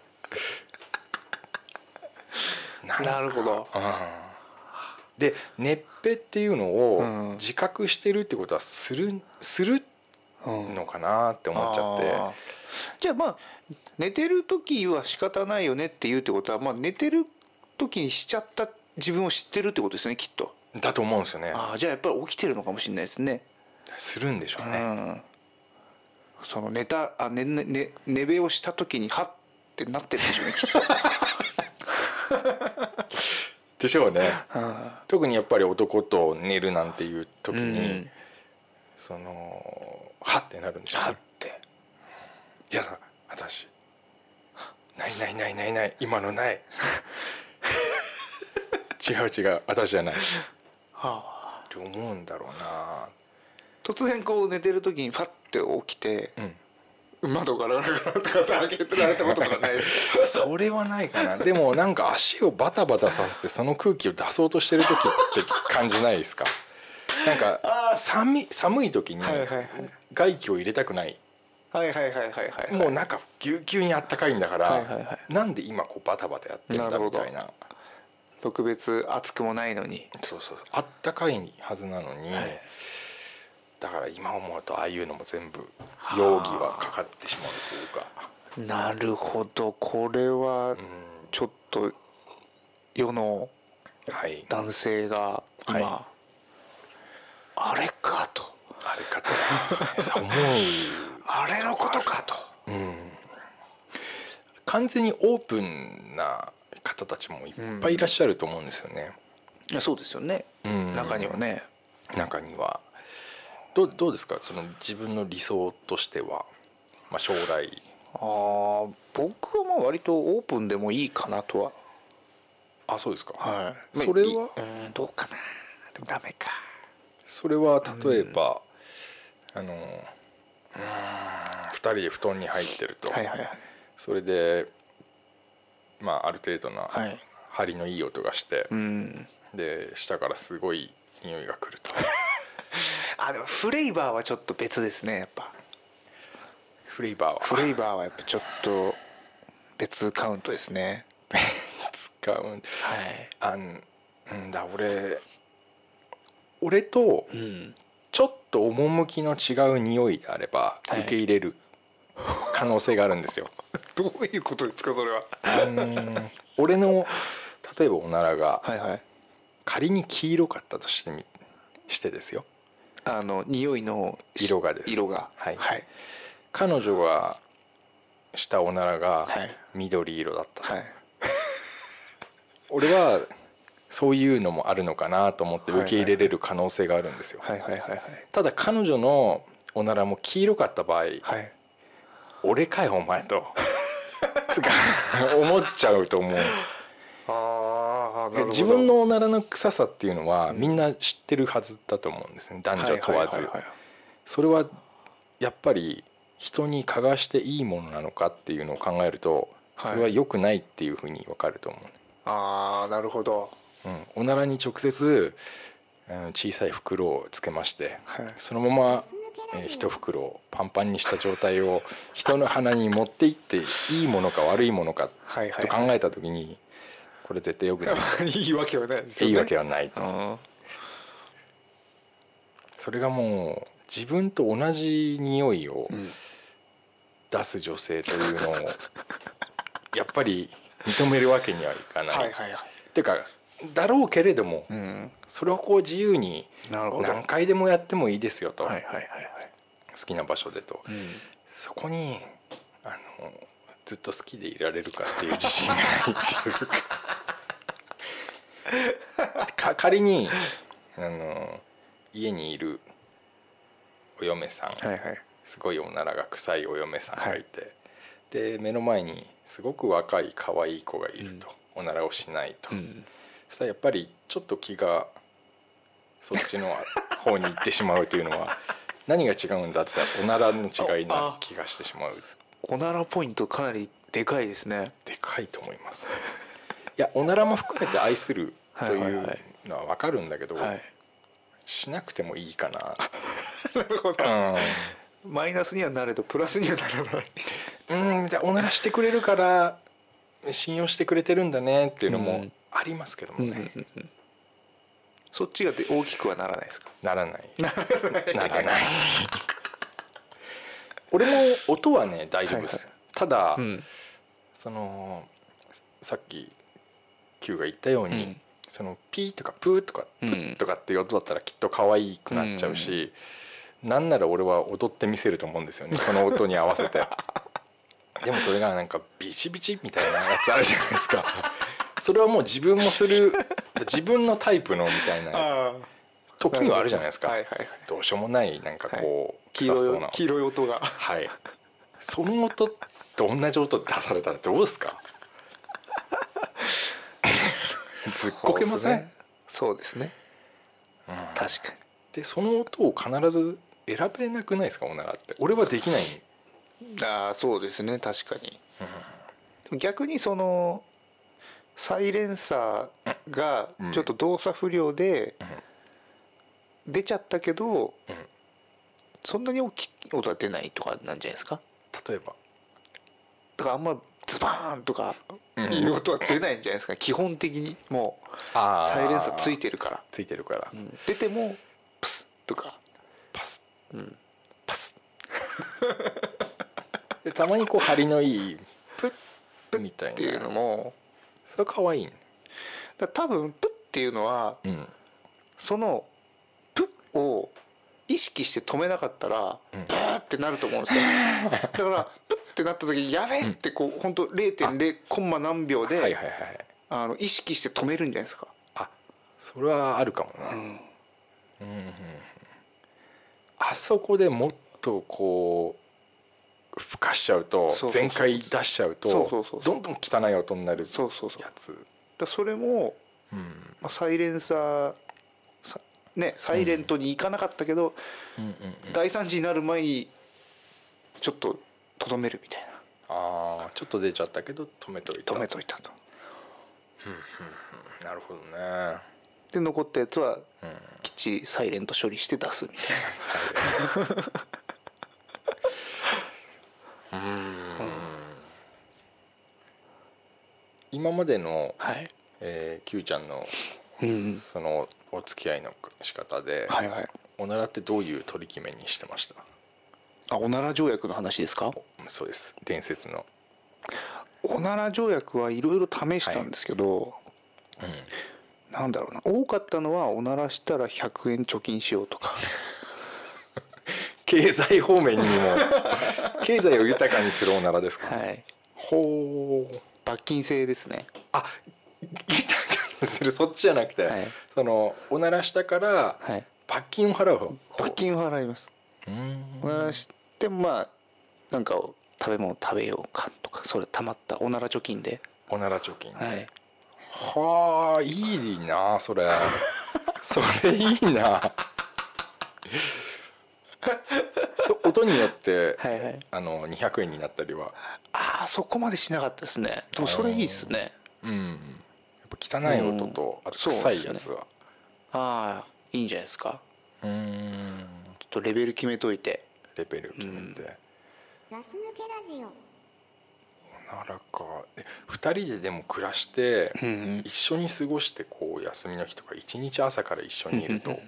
なるほど、
うん、で寝っぺっていうのを自覚してるってことはするするのかなって思っちゃって、うん、
あじゃあまあ寝てる時は仕方ないよねっていうってことは、まあ、寝てる時にしちゃった自分を知ってるってことですねきっと。
だと思うんですよね。
あじゃあやっぱり起きてるのかもしれないですね。
するんでしょうね、うん、
その寝たあ寝寝寝寝べをした時にハッってなってるんでしょうねきっと
でしょうね、うん、特にやっぱり男と寝るなんていう時に、うん、そのハッってなるんでしょうね。
ハッて
いやだ私ないないないないない今のない違う違う私じゃない、はあ、って思うんだろうな。
突然こう寝てる時にパッて起きて、うん、窓ガラガラガラとか開けてられたこととかない
それはないかな。でもなんか足をバタバタさせてその空気を出そうとしてる時って感じないですか。なんか寒い寒い時に外気を入れたくない、
はいはいはいはいはい、
もうなんかぎゅうぎゅうにあったかいんだから、はいはいはい、なんで今こうバタバタやってんだみたいな。
特別暑くもないのに。
そうそうあったかいはずなのに、はい、だから今思うとああいうのも全部容疑はかかってしまうというか。
なるほど。これはちょっと世の男性が今、はいはい、あれかと
あれかと思う
あれのことかと、
うん、完全にオープンな方たちもいっぱいいらっしゃると思うんですよね、
うん、いやそうですよね、うん、中にはね
中にはどう、どうですかその自分の理想としては、まあ、将来。
あ僕はまあ割とオープンでもいいかなとは。
あそうですか、
はい、
それは
うんどうかな。でもダメか。
それは例えば、うん、あのうんふたりで布団に入ってると、はいはいはい、それでまあある程度な張りのいい音がして、はい、で下からすごい匂いが来ると
あでもフレーバーはちょっと別ですねやっぱ。
フレーバーは
フレーバーはやっぱちょっと別カウントですね。
別カウント。
はい。
あんんだ俺俺とちょっと趣の違う匂いであれば受け入れる可能性があるんですよ。
どういうことですかそれは。
あの俺の例えばおならが仮に黄色かったとしてみしてですよ。
あの匂いの
色がです。
色が。
はい。はい、彼女がしたおならが緑色だった。はい、俺はそういうのもあるのかなと思って受け入れれる可能性があるんですよ。はいはいはいはい、ただ彼女のおならも黄色かった場合、はい、俺かよお前と思っちゃうと思う。あなるほど。自分のおならの臭さっていうのはみんな知ってるはずだと思うんですね、男女問わず。それはやっぱり人に嗅がしていいものなのかっていうのを考えるとそれは良くないっていうふうに分かると思う、ね、
ああなるほど、
うん、おならに直接、うん、小さい袋をつけまして、
はい、
そのまま、えー、一袋をパンパンにした状態を人の鼻に持っていっていいものか悪いものかと考えた時にこれ絶対良くない
いいわけはないですよね。
いいわけはないと。それがもう自分と同じ匂いを出す女性というのをやっぱり認めるわけにはいかない。
はいはいはい。
っていうかだろうけれども、うん、それをこう自由に何回でもやってもいいですよと、はいはいはいはい、好きな場所でと、うん、そこにあのずっと好きでいられるかっていう自信がないっていうかか仮にあの家にいるお嫁さん、はいはい、すごいおならが臭いお嫁さんがいて、はい、で目の前にすごく若い可愛い子がいると、うん、おならをしないと、うん、そしたらやっぱりちょっと気がそっちの方に行ってしまうというのは何が違うんだって言ったらおならの違いな気がしてしまう。
おならポイントかなりでかいですね。
でかいと思います。いやおならも含めて愛するというのは分かるんだけど、はいはいはい、しなくてもいいかな。
なるほど、うん、マイナスにはなれどプラスにはならない
うんでおならしてくれるから信用してくれてるんだねっていうのもありますけどもね、うんうんうんうん、
そっちが大きくはならないですか。
ならないならない俺も音はね大丈夫です、はいはい、ただ、うん、そのさっき Q が言ったように、うん、そのピーとかプーとかプッとかっていう音だったらきっと可愛くなっちゃうし、うん、なんなら俺は踊ってみせると思うんですよねその音に合わせてでもそれがなんかビチビチみたいなやつあるじゃないですかそれはもう自分もする自分のタイプのみたいな時にはあるじゃないですか、はいはいはい、どうしようもないなんかこう、はい、
黄色い黄色い音が
はいその音と同じ音出されたらどうですかずっこけません。
そうですね、うん、確かに。
でその音を必ず選べなくないですかおならって。俺はできない。
ああそうですね確かに、うん、でも逆にそのサイレンサーがちょっと動作不良で出ちゃったけど、うんうん、そんなに大きい音は出ないとかなんじゃないですか。
例えば
だからあんまズバーンとかいう音は出ないんじゃないですか、うん、基本的にもうサイレンサーついてるから
ついてるから、
うん、出てもプスとか
パス、
うん、パス
でたまにこう張りのいいプップッみたいな
っていうのも
それ可愛い、ね、
だ多分プッっていうのは、うん、そのプッを意識して止めなかったら、うん、バーってなると思うんですよだからプッってなった時にやべえってこう本当 れいてんれい コンマ何秒で、はいはいはい、あの意識して止めるんじゃないですか。
あそれはあるかもね、うんうんうん、あそこでもっとこうふかしちゃうと全開出しちゃうとどんどん汚い音になるやつ。
そうそうそうだそれも、うんまあ、サイレンサーねサイレントに行かなかったけど、うんうんうんうん、大惨事になる前にちょっととどめるみたいな。
あちょっと出ちゃったけど止めといた
止めといたと、
うんうんうん、なるほどね。
で残ったやつはきっちりサイレント処理して出すみたいな
うん、うん、今までの、はいえー、Q ちゃんの、うん、そのお付き合いの仕方で、はいはい、おならってどういう取り決めにしてました？
あおなら条約の話ですか？
そうです伝説の
おなら条約はいろいろ試したんですけど、はいうん、なんだろうな多かったのはおならしたらひゃくえん貯金しようとか
経済方面にも経済を豊かにするおならですか？はいほう
罰金制ですね。
あ豊かにするそっちじゃなくて、はい、そのおならしたから罰金を払う方、はい、
罰金を払います。うんおならしてもまあなんか食べ物食べようかとかそれたまったおなら貯金で
おなら貯金で、はい、はあいいなそれそれいいなそことによって
はいはい
あのにひゃくえんになったりは。
ああそこまでしなかったですね。でもそれいいですね。
うんやっぱ汚い音と、あと臭いやつは、ね、
ああいいんじゃないですか。
うーん
ちょっとレベル決めといて
レベル決めて、
ガス抜けラジオ。
おならかえふたりででも暮らして、
うんうん、
一緒に過ごしてこう休みの日とか一日朝から一緒にいると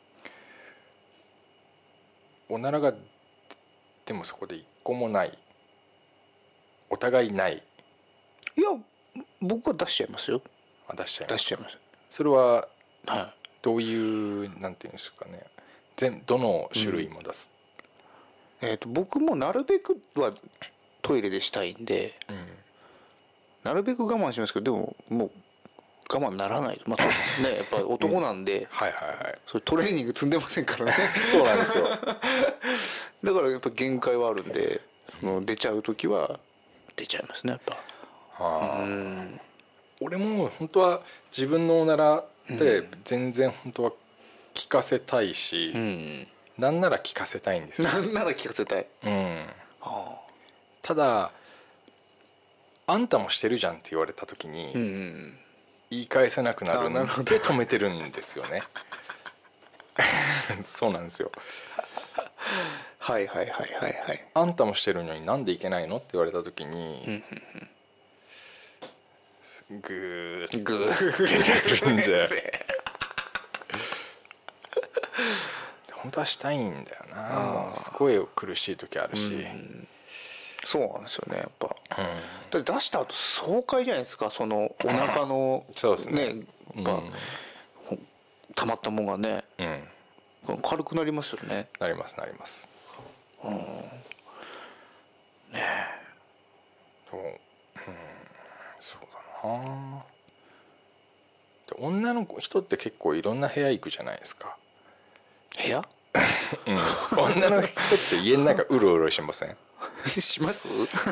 おならがでもそこで一個もない、お互いない。
いや僕は出しちゃいますよ。
あ出しちゃいます。
出しちゃいます。
それは
はい
どういうなんていうんですかね、全どの種類も出す、
うんえー、と僕もなるべくはトイレでしたいんで、
うん、
なるべく我慢しますけど、でももう我慢ならない、まあね、やっぱ男なんで、
うん、はいはいはい
それトレーニング積んでませんからね
そうなんですよ
だからやっぱ限界はあるんで、もう出ちゃう時は出ちゃいますねやっぱ。
はあ、
うん、
俺も本当は自分のおならって全然本当は聞かせたいし、うん、なんなら聞かせたいんですよ。
なんなら聞かせたい、
うん
はあ、
ただあんたもしてるじゃんって言われた時に、
うん、
言い返せなくなるんで止めてるんですよねそうなんですよ
はいはいはいはいはい。
あんたもしてるのになんでいけないのって言われた時にグー
グー
出てるんで本当はしたいんだよな。すごい苦しい時あるし、うん、
そうなんですよねやっぱ、
うん、
だって出した後爽快じゃないですか、そのお腹の
そうですね、
ねやっぱ、うん、溜まったもんがね、うん、軽くなりますよね。
なりますなります、うん、ねえそう、うん、そうだな。で女の人って結構いろんな部屋行くじゃないですか。
部屋
うん、女の人って家の中うろうろしません
します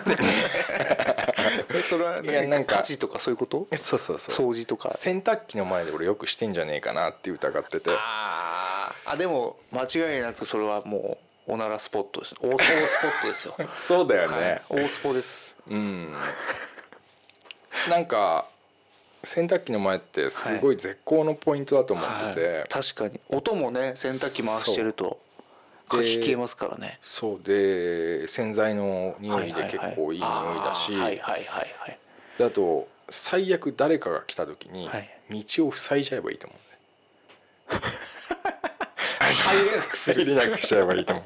それは、ね、なんか家事とかそういうこと？
そうそうそう
掃除とか
洗濯機の前で俺よくしてんじゃねえかなって疑ってて、
ああでも間違いなくそれはもうおならスポットです。大スポットですよ
そうだよね、
はい、大スポです。うん
なんか洗濯機の前ってすごい絶好のポイントだと思ってて、はいはい、
確かに音もね洗濯機回してるとかき消えますからね。
そうで洗剤の匂いで結構いい匂いだし、あと最悪誰かが来た時に道を塞いじゃえばいいと思うんで
入れなくする
入れなくしちゃえばいいと思う、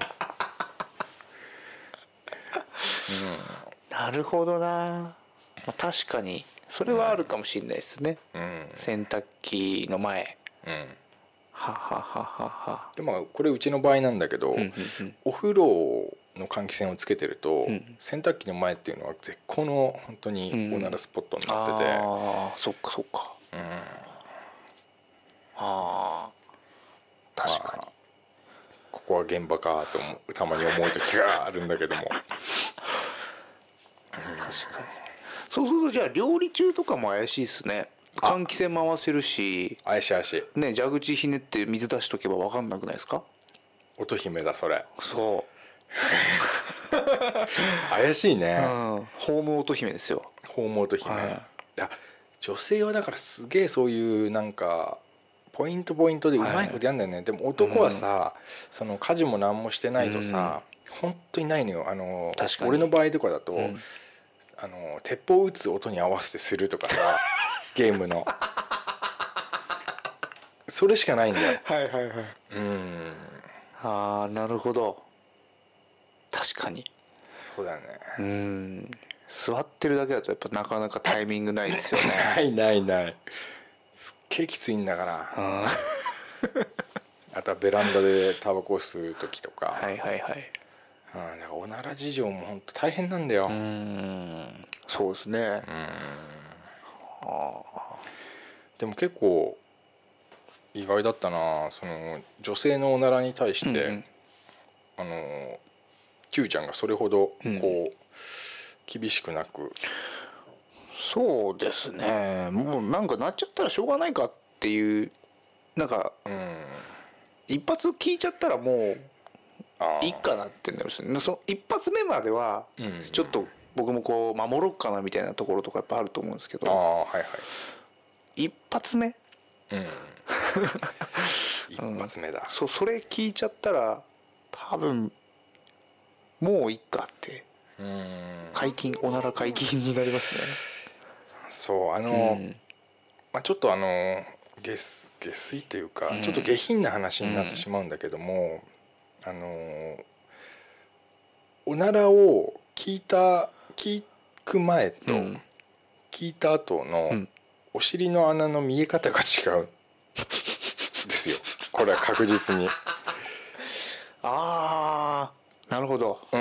うん、なるほどな、まあ、確かにそれはあるかもしれないですね、うん、洗濯機の前、うん、ははははは
でまあこれうちの場合なんだけど、うんうんうん、お風呂の換気扇をつけてると、うん、洗濯機の前っていうのは絶好の本当におならスポットになってて、うん、
ああそっかそっか、うん、ああ確かに、まあ、
ここは現場かと思うたまに思う時があるんだけども確か
に。そうするとじゃあ料理中とかも怪しいですね。換気扇回せるし
怪しい怪しい
ね、蛇口ひねって水出しとけば分かんなくないですか。
乙姫だそれ。
そう
怪しいね、
うん、ホーム乙姫ですよ。
ホーム乙姫、はい、女性はだからすげえそういうなんかポイントポイントでうまいことやんだよね、はい、でも男はさ、うん、その家事も何もしてないとさ、うん、本当にないのよ。あの俺の場合とかだと、うんあの鉄砲撃つ音に合わせてするとかさゲームのそれしかないんだよ。
はいはいはい。うんああなるほど、確かに
そうだね。
うん座ってるだけだとやっぱなかなかタイミングないですよね
ないないないすっげえきついんだからあとはベランダでタバコを吸う時とか
はいはいはい
うん、なんかおなら事情も本当大変なんだよ。
うんそうですね。うん
あでも結構意外だったな、その女性のおならに対して、うん、あの Q ちゃんがそれほどこう、うん、厳しくなく。
そうですね、もうなんかなっちゃったらしょうがないかっていうなんか、うん、一発聞いちゃったらもういいかなってなりますね。その一発目まではちょっと僕もこう守ろうかなみたいなところとかやっぱあると思うんですけど、
ああはいはい
一発目、
うん一発目だ、
うん、そ, それ聞いちゃったら多分もういいかって
うん
解禁おなら解禁になりますね。
そうあの、
うん
まあ、ちょっとあの下下水というか、うん、ちょっと下品な話になってしまうんだけども、うん、あのおならを聞いた聞く前と聞いた後の、うん、お尻の穴の見え方が違うんですよこれは確実に
ああなるほど、
うん、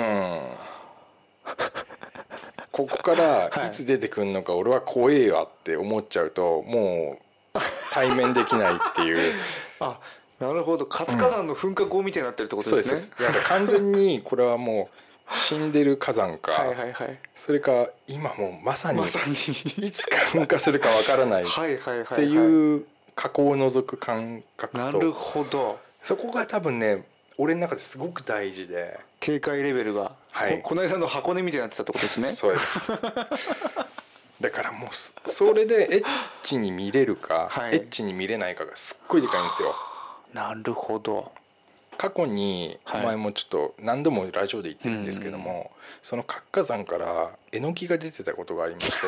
ここからいつ出てくるのか俺は怖えわって思っちゃうともう対面できないっていう
あなるほど活火山の噴火口みたいになってるってことですね、うん、そうです。
だから完全にこれはもう死んでる火山か
はいはい、はい、そ
れか今もうまさにいつか噴火するかわからないっていう火口を覗く感覚と、
なるほど、
そこが多分ね俺の中ですごく大事で
警戒レベルが、はい、こ, この間の箱根みたいになってたってことですね。
そうですだからもうそれでエッチに見れるか、はい、エッチに見れないかがすっごいでかいんですよ。
なるほど。
過去に前もちょっと何度もラジオで言ってるんですけども、はい、その活火山からえのきが出てたことがありまして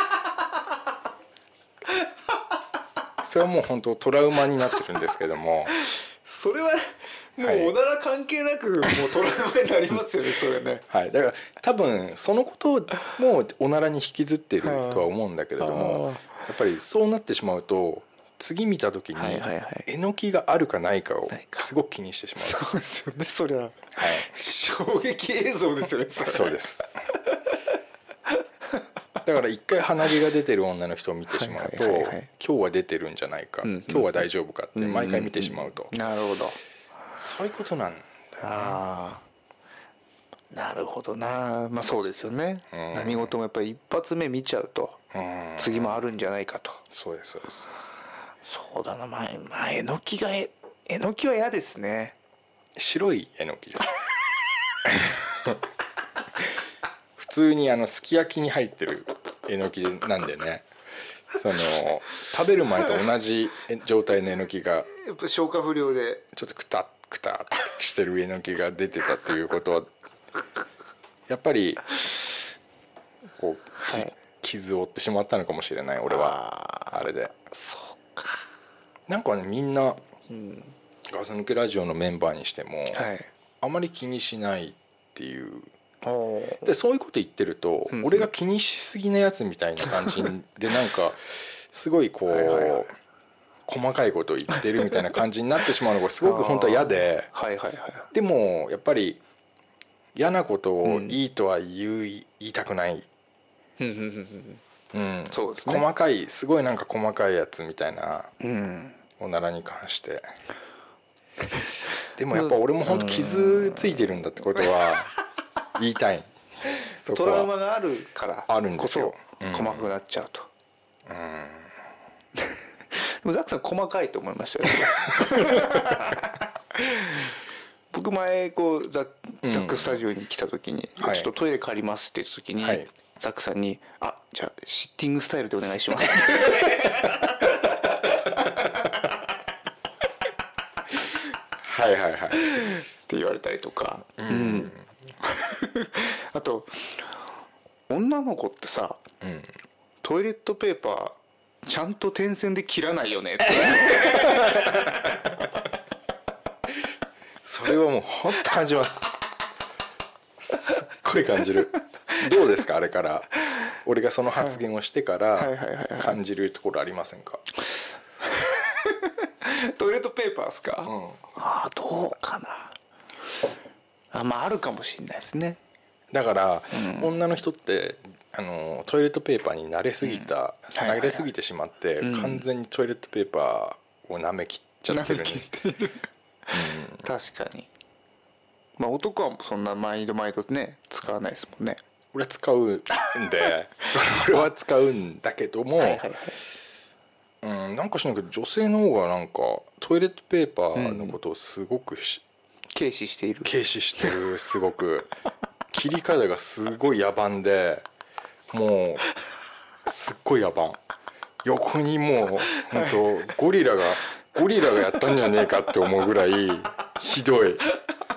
それはもう本当トラウマになってるんですけども
それはもうおなら関係なくもうトラウマになりますよねそれね
はいだから多分そのこともおならに引きずってるとは思うんだけれどもやっぱりそうなってしまうと次見た時にえのきがあるかないかをすごく気にしてしまう。
そうですよねそれは、はい、衝撃映像ですよねそれ
そうですだから一回鼻毛が出てる女の人を見てしまうと、はいはいはいはい、今日は出てるんじゃないか、うんうん、今日は大丈夫かって毎回見てしまうと、
うんうんうん、なるほど
そういうことなんだよね。
あなるほどな、まあそうですよね、うん、何事もやっぱり一発目見ちゃうと、うん、次もあるんじゃないかと。
そうですそうです。
そうだな、まあ、まあ、えのきがええのきは嫌ですね。
白いえのきです普通にあのすき焼きに入ってるえのきなんでねその食べる前と同じ状態のえのきが
やっぱ消化不良で
ちょっとクタックタッしてるえのきが出てたということはやっぱりこう、はい、傷を負ってしまったのかもしれない俺は あ, あれで。
そうか。
なんかねみんな、うん、ガス抜けラジオのメンバーにしても、はい、あまり気にしないっていうでそういうこと言ってると、うん、俺が気にしすぎなやつみたいな感じでなんかすごいこうはいはい、はい、細かいことを言ってるみたいな感じになってしまうのがすごく本当は嫌で
はいはいはい、
でもやっぱり嫌なことをいいとは言う、うん、言いたくないうん、そうですね、細かいすごいなんか細かいやつみたいな、うん、おならに関してでもやっぱ俺も本当傷ついてるんだってことは言いたい
そこはトラウマがあるから
あるんですよ、
うん、細かくなっちゃうと、うん、でもザックさん細かいと思いましたよ僕前こう ザ, ザックスタジオに来た時に、うん、ちょっとトイレ借りますって言った時に、はい、ザックさんに「あじゃあシッティングスタイルでお願いします」
はいはいはい
って言われたりとか、うんうん、あと女の子ってさ、うん、トイレットペーパーちゃんと点線で切らないよねって
それはもう本当感じます。すっごい感じる。どうですかあれから俺がその発言をしてから感じるところありませんか？
トイレットペーパーですか、うん、ああどうかなあまああるかもしれないですね。
だから、うん、女の人ってあのトイレットペーパーに慣れすぎた、うんはいはいはい、慣れすぎてしまって、うん、完全にトイレットペーパーを舐めきっちゃってる、ね、舐めきってる、
うん、確かにまあ男はそんな毎度毎度ね使わないですもんね。
俺は使うんで俺は使うんだけどもはいはい、はいうん、なんかしないけど女性の方がなんかトイレットペーパーのことをすごくし、
軽視している
軽視してるすごく切り方がすごい野蛮でもうすっごい野蛮横にもう本当ゴリラがゴリラがやったんじゃねえかって思うぐらいひどい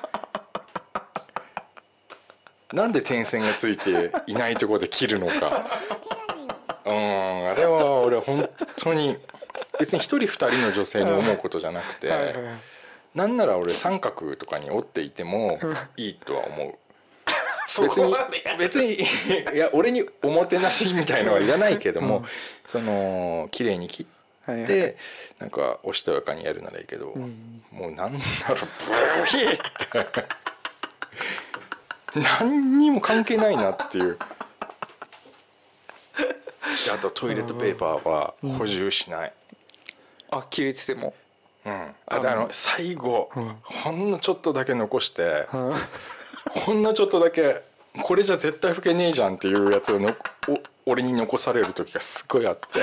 なんで点線がついていないところで切るのかうんあれは俺本当に別に一人二人の女性に思うことじゃなくてはい、はい、なんなら俺三角とかに折っていてもいいとは思う別に別にいや俺におもてなしみたいのはいらないけども、うん、その綺麗に切って、はいはい、なんかおしとやかにやるならいいけど、うん、もうなんだろうブーって何にも関係ないなっていうあとトイレットペーパーは補充しない、
うん、あ切れてても
うんああの最後、うん、ほんのちょっとだけ残して、うん、ほんのちょっとだけこれじゃ絶対拭けねえじゃんっていうやつをのお俺に残される時がすっごいあって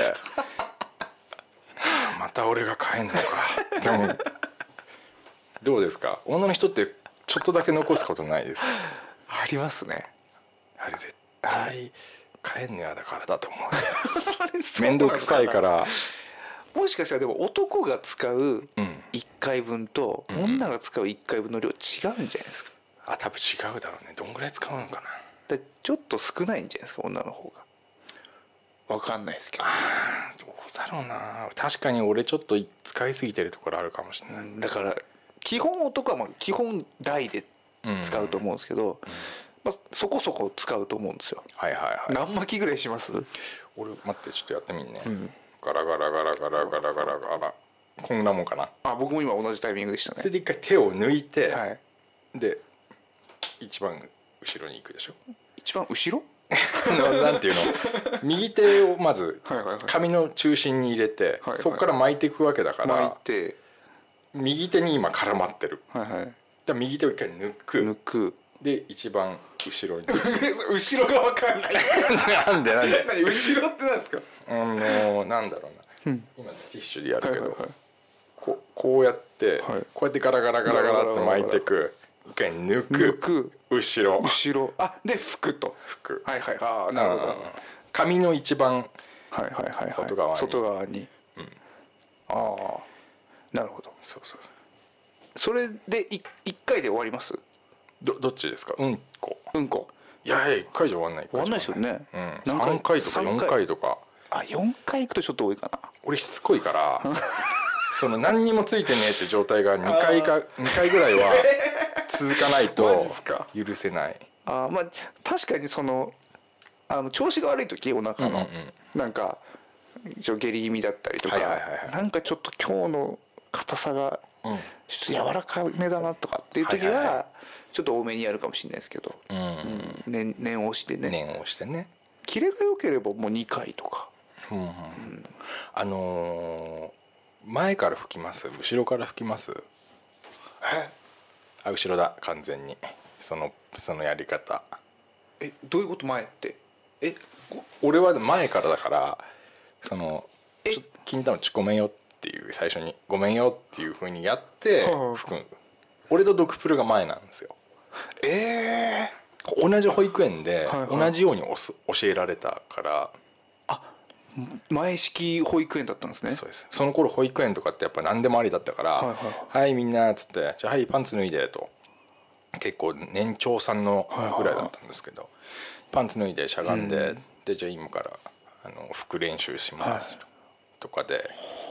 また俺が帰んのかでもどうですか女の人ってちょっとだけ残すことないですか
ありますね
あれ絶対帰んのやだからだと思う面倒くさいから
もしかしたらでも男が使ういっかいぶんと女が使ういっかいぶんの量違うんじゃないですか、
うん、あ多分違うだろうねどんぐらい使うのか
なだちょっと少ないんじゃないですか女の方が分かんないですけどあ
どうだろうな確かに俺ちょっと使いすぎてるところあるかもしれない、うん、
だから基本男はまあ基本大で使うと思うんですけど、うんまあ、そこそこ使うと思うんですよ
はいはいはい
何巻きぐらいします
俺待ってちょっとやってみんね、うん、ガラガラガラガラガラガラガラこんなもんかな
あ僕も今同じタイミングでしたね
それで一回手を抜いて、はい、で一番後ろに行くでしょ
一番後ろ
なんていうの右手をまず紙の中心に入れて、はいはい、そこから巻いていくわけだから
巻いて
右手に今絡まってる、
はいはい、
だ右手を一回抜く
抜く
で一番後ろに
後ろが分かんない
なんでなんで
何後ろってなんですか
あのなんだろうな、うん、今ティッシュでやるけど、はいはいはい、こ, こうやって、はい、こうやってガラガラガラガラって巻いていく一回抜く
抜く
後ろ
後ろあで拭くと
拭く
はいはいああなるほど
紙の一番
はいはいはい、はい、
外側に
外側に、うん、ああなるほど
そうそう
それでい一回で終わります
ど, どっちですかうんこ
うんこ
いやいやいっかいじゃ終わんない
終わんないですよね、
うん、さんかいとかよんかいとか
あよんかい行くとちょっと多いかな
俺しつこいからその何にもついてねえって状態がにかいかにかいぐらいは続かないと許せない
あまあ確かにそのあの調子が悪い時お腹の、うんうんうん、なんか一応下痢気味だったりとか、はいはいはいはい、なんかちょっと今日の硬さがちょっと柔らかめだなとかっていう時はちょっと多めにやるかもしれないですけど、うんうん、念押してね
念押してね
キレが良ければもうにかいとか、うんうんうん、
あのー、前から拭きます後ろから拭きます
え
あ後ろだ完全にそのそのやり方
えどういうこと前ってえ
俺は前からだからそのちょ金玉ちごめんよっていう最初にごめんよっていう風にやって拭く俺とドクプルが前なんですよ
え
ー、同じ保育園で同じようにおす教えられたから
あ前式保育園だったんですね
そうですその頃保育園とかってやっぱ何でもありだったからはい、はいはい、みんなっつってじゃあはいパンツ脱いでと結構年長さんのぐらいだったんですけど、はいはいはい、パンツ脱いでしゃがんで、うん、でじゃあ今からあの拭く練習します、はい、とかで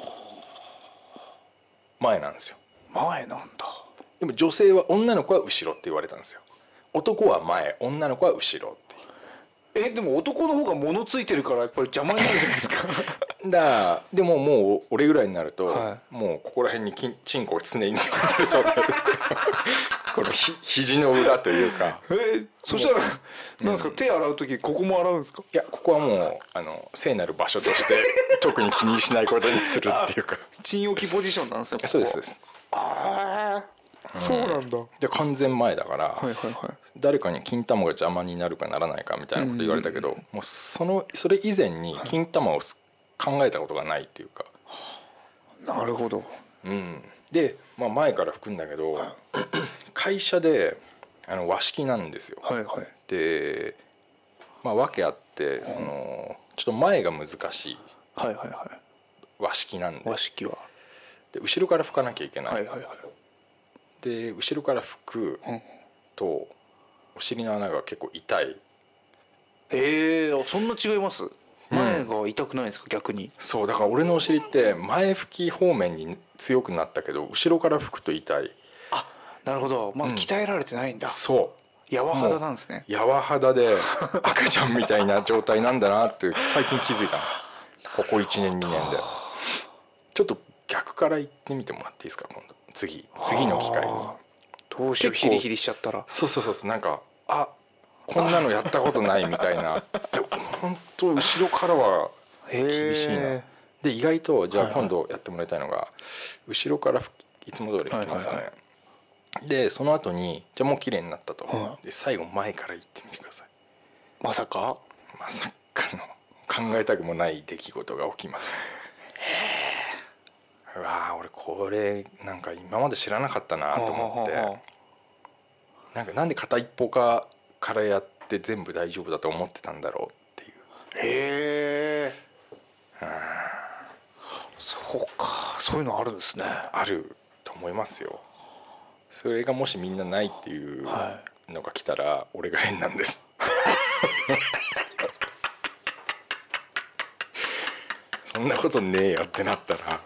前なんですよ
前なんだ
でも女性は女の子は後ろって言われたんですよ男は前女の子は後ろって
えでも男の方が物ついてるからやっぱり邪魔になるじゃないですか
だでももう俺ぐらいになると、はい、もうここら辺にきチンコが常についてる状態このひ肘の裏というか
えー、そしたらなんですか、うん、手洗う時ここも洗うんですか
いやここはもうあの聖なる場所として特に気にしないことにするっていうか
チン置きポジションなんですよここ
そうですそうです
ああ、うん、そうなんだ
で完全前だから、
はいはいはい、
誰かに金玉が邪魔になるかならないかみたいなこと言われたけど、うん、もうそのそれ以前に金玉を考えたことがないっていうか
なるほど、
うん、 で、まあ、前から拭くんだけど、はい、会社であの和式なんですよ、
はいはい、
で、まあ、訳あってそのちょっと前が難しい和式なんで、
和式は
で後ろから拭かなきゃいけない、
はいはいはい、
で後ろから拭くとお尻の穴が結構痛い。
えー、そんな違います？前が痛くないですか、うん、逆に。
そうだから俺のお尻って前拭き方面に強くなったけど後ろから拭くと痛い。
あ、なるほど、まだ鍛えられてないんだ、うん、
そう
柔肌なんですね。
柔肌で赤ちゃんみたいな状態なんだなって最近気づいたのここいちねんにねんで。ちょっと逆から言ってみてもらっていいですか、今度次次の機会に。
どうしよう、ヒリヒリしちゃったら。
そうそうそうそう、なんかあこんなのやったことないみたいな本当後ろからは厳しいな。で意外とじゃあ今度やってもらいたいのが、はいはい、後ろからいつも通り拭きますよね、はいはいはい、でその後にじゃあもう綺麗になったと、はい、で最後前から行ってみてください。
まさか
まさかの考えたくもない出来事が起きます。へえ、うわ俺これなんか今まで知らなかったなと思って、なんかなんで片一方かからやって全部大丈夫だと思ってたんだろうっていう。
へえ、そうか、そういうのあるんですね。
あると思いますよ。それがもしみんなないっていうのが来たら、はい、俺が変なんですそんなことねえよってなったら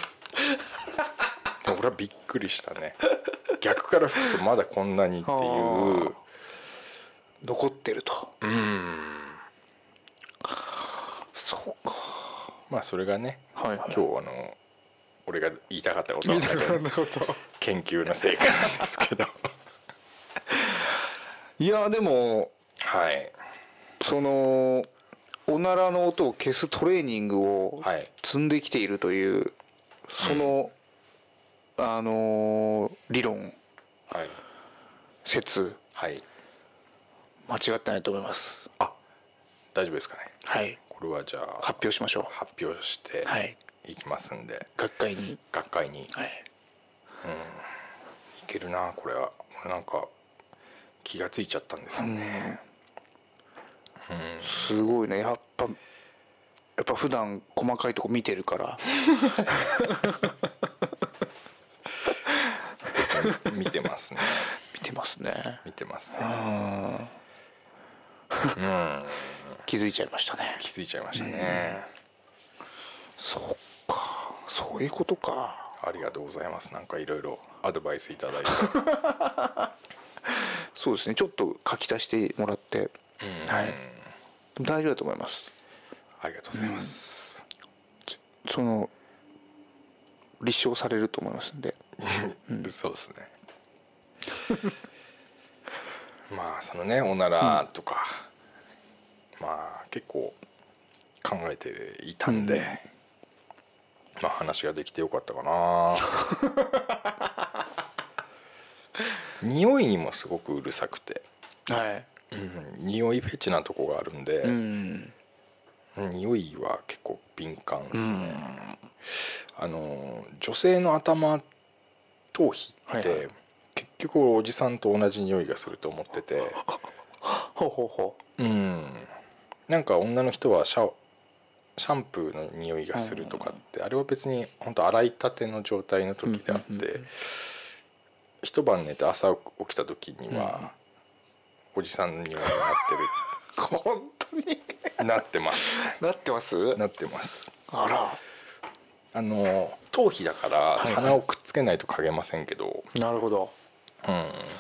でも俺はびっくりしたね。逆から吹くとまだこんなにっていう
残ってると。
うん、
そうか。
まあそれがね、はいはい、今日あの俺が言いたかったことなんだけど研究の成果なんですけど
いやでも、
はい、
そのおならの音を消すトレーニングを積んできているという、はい、その、うん、あの理論、
はい、
説、
はい、
間違ってないと思います。
あ、大丈夫ですかね。
はい、
これはじゃあ
発表しましょう。
発表していきますんで、はい、
学会に
学会に、
はい、
うん、いけるなこれは。俺なんか気がついちゃったんですよね、
うんうん、すごいね。やっぱやっぱ普段細かいとこ見てるから
見てますね
見てますね
見てますねうん、
気づいちゃいましたね。
気づいちゃいましたね、
うん、そうか、そういうことか。
ありがとうございます。なんかいろいろアドバイスいただいて
そうですね、ちょっと書き足してもらって、うん、はい、大丈夫だと思います。
ありがとうございます、
うん、その立証されると思いますんで、
うん、そうですねまあそのねおならとか、うん、まあ結構考えていたんで、うん、まあ話ができてよかったかな匂いにもすごくうるさくて、
はい、
うん、匂いフェチなとこがあるんで、うん、匂いは結構敏感ですね、うん、あの女性の頭頭皮って、はいはい、結局おじさんと同じ匂いがすると思ってて
ほうほうほ
う、うん、なんか女の人はシャシャンプーの匂いがするとかって、うん、あれは別に本当洗いたての状態の時であって、うんうんうん、一晩寝て朝起きた時には、うん、おじさんの匂いになってる
本当に
なってます
なってます
なってます。
あら、
あの頭皮だから鼻をくっつけないと嗅げませんけど、はいはい、
なるほど、
うん、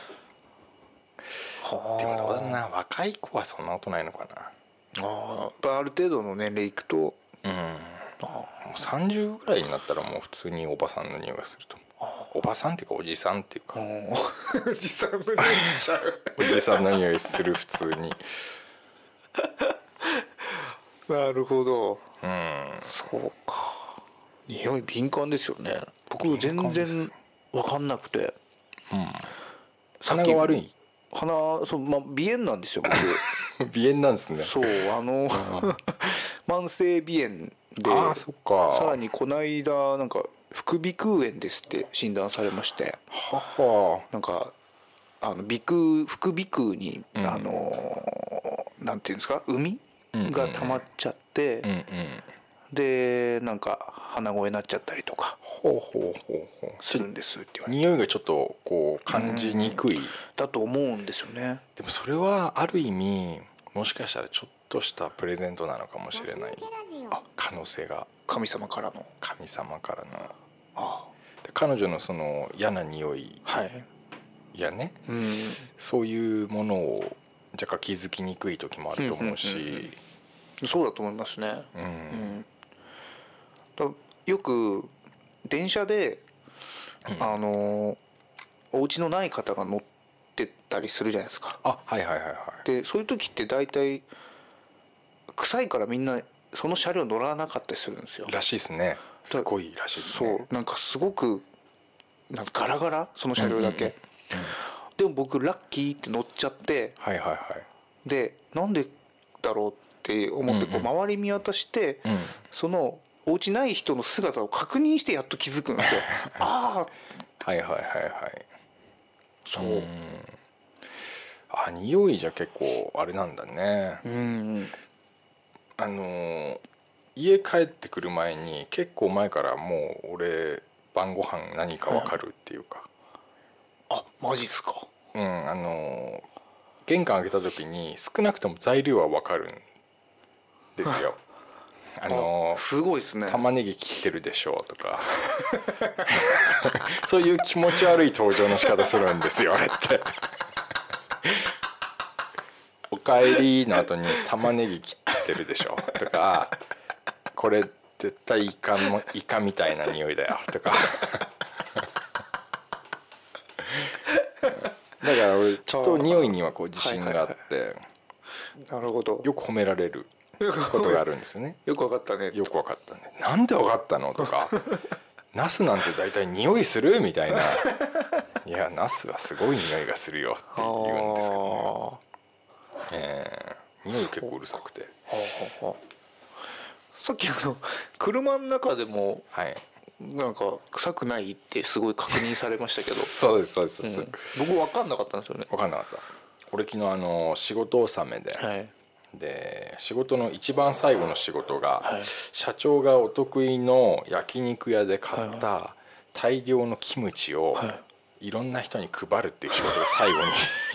でもどうだろうな、若い子はそんなことないのかな。
あある程度の年齢いくと、
うん、もうさんじゅうぐらいになったらもう普通におばさんの匂いがすると。おばさんっていうかおじさんっていうか
おじさんの匂いしちゃう
おじさんの匂いする普通に
なるほど、
うん、
そうか、匂い敏感ですよね。僕全然分かんなくて、
うん、鼻が悪い。
鼻、そう、まあ、鼻炎なんですよ僕
鼻炎なんですね。
そう、あの慢性鼻炎で、
あ、そっか。
さらにこの間なんか副鼻腔炎ですって診断されまして、
はは
なんかあの鼻腔副鼻腔に、
うん、
あのなんていうんですか膿が溜まっちゃって、
うんうん、
でなんか鼻声になっちゃったりとか
ほうほうほうほう
するんですって言われて、
匂いがちょっとこう感じにくい、うん、
だと思うんですよね。
でもそれはある意味もしかしたらちょっとしたプレゼントなのかもしれない可能性が、
神様からの
神様からの
ああ
で彼女のその嫌な匂いやね、
はい、うん、
そういうものを若干気づきにくい時もあると思うし、うんうんうん
うん、そうだと思いますね、うんうん、だよく電車で、うん、あのお家のない方が乗ってたりするじゃないですか。
あ、はいはいはいはい。
でそういう時って大体臭いからみんなその車両乗らなかったりするんですよ。
らしいですね。すごいらしいですね。
そうなんかすごくなんかガラガラその車両だけ、うんうんうん、でも僕ラッキーって乗っちゃって、
はいはいはい、
でなんでだろうって思ってこう周り見渡して、うんうん、そのお家ない人の姿を確認してやっと気づくんですよあ
あはいはいはいはい
そう、
うん、あ匂いじゃ結構あれなんだね、
うん、
あの家帰ってくる前に結構前からもう俺晩ご飯何か分かるっていうか、
はい、あマジっすか。
うんあの玄関開けた時に少なくとも材料は分かるんですよあの
すごいですね。
玉ねぎ切ってるでしょうとかそういう気持ち悪い登場の仕方するんですよあれっておかえりの後に玉ねぎ切ってるでしょとかこれ絶対イカもイカみたいな匂いだよとかだから俺ちょっと匂いにはこう自信があって、はいはいはい、
なるほど。
よく褒められることがあるんですよね
よく分かったね。
よく分かったね。なんで分かったのとかナスなんて大体匂いするみたいな。いやナスはすごい匂いがするよって言うんですけどね、えー、匂い結構うるさくて。
さっきあの車の中でも、
はい、
なんか臭くないってすごい確認されましたけど
そうですそうですそうです、うん、
僕分かんなかったんですよね。
分かんなかった。俺昨日あの仕事納めで、
はい、
で仕事の一番最後の仕事が、
はい、
社長がお得意の焼肉屋で買った大量のキムチをいろんな人に配るっていう仕事が最後に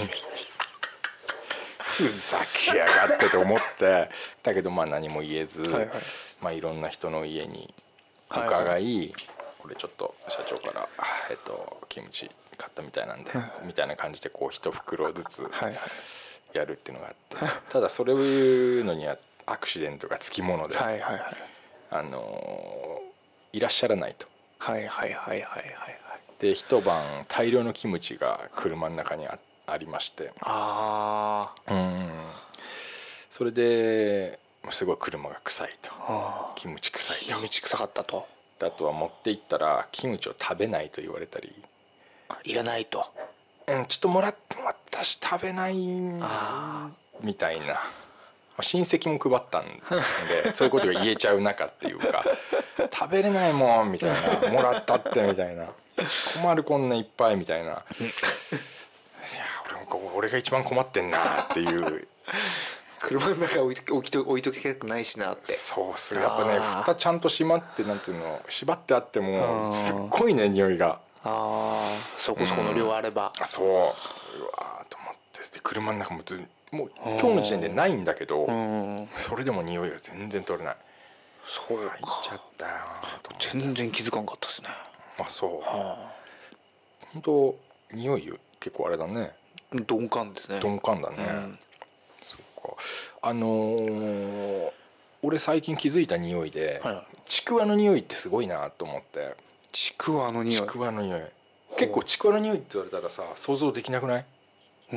ふざけやがってと思ってだけどまあ何も言えず、はいはい、まあ、いろんな人の家に伺い、はいはい、これちょっと社長から、えっと、キムチ買ったみたいなんで、はい、みたいな感じでこう一袋ずつやるっていうのがあって、はいはい、ただそれを言うのにはアクシデントがつきもので、
はいはいはい、
あのー、いらっしゃらないと。
はいはいはいはいはい。
で一晩大量のキムチが車の中に あ, ありまして、
あ
うん、それですごい車が臭いと、キムチ臭いと、
キムチ臭かったと。
あとは持って行ったらキムチを食べないと言われたり、
いらないと、
うん、ちょっともらっても私食べないみたいな、親戚も配ったんでそういうことが言えちゃう中っていうか食べれないもんみたいな、もらったってみたいな、困るこんないっぱいみたいな、いや俺も俺が一番困ってんなっていう
車の中置いと置いと置いときたくないしなって。
そうそれやっぱね、蓋ちゃんと閉まってなんていうの縛ってあってもすっごいね匂いが、
あそこそこの量あれば、
うん、そううわーと思ってで車の中もずもう今日の時点でないんだけど、それでも匂いが全然取れない。
そうか、
入っちゃったよ
全然気づかんかったですね。
あそう、はあ、本当匂い結構あれだね、
鈍感ですね。
鈍感だね、うん、そうか。あのー、俺最近気づいた匂いで、はい、ちくわの匂いってすごいなと思って。
ちくわの匂い、
ちくわの匂い結構ちくわの匂いって言われたらさ想像できなくない？
うん、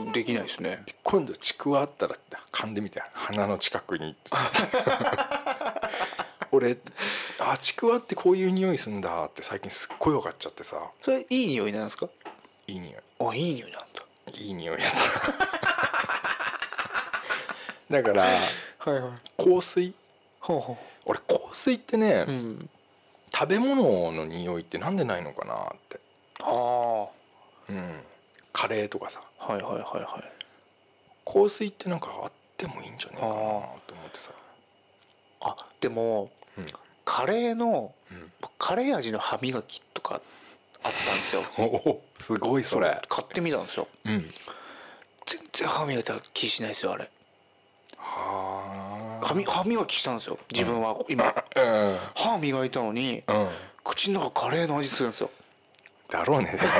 できないですね。
今度ちくわあったら噛んでみて、鼻の近くに俺あちくわってこういう匂いすんだって最近すっごい分かっちゃってさ。
それいい匂いなんですか？
いい匂い。
あ、いい匂いなんだ。
いい匂いやっただから、はいはい、香水、ほうほう、俺香水ってね、うん、 食べ物の匂いってなんでないのかなって。
ああ、
うん、カレーとかさ、
はいはいはいはい、
香水ってなんかあってもいいんじゃないかなと思ってさ。
あ、でも、うん、カレーの、うん、カレー味の歯磨きとかあったんですよ
おすごいそれ。
買ってみたんですよ、うん、全然歯磨いた気しないですよあれ。はあ、歯磨きしたんですよ自分は今、うん、歯磨いたのに、うん、口の中カレーの味するんですよ。
だろうねでもね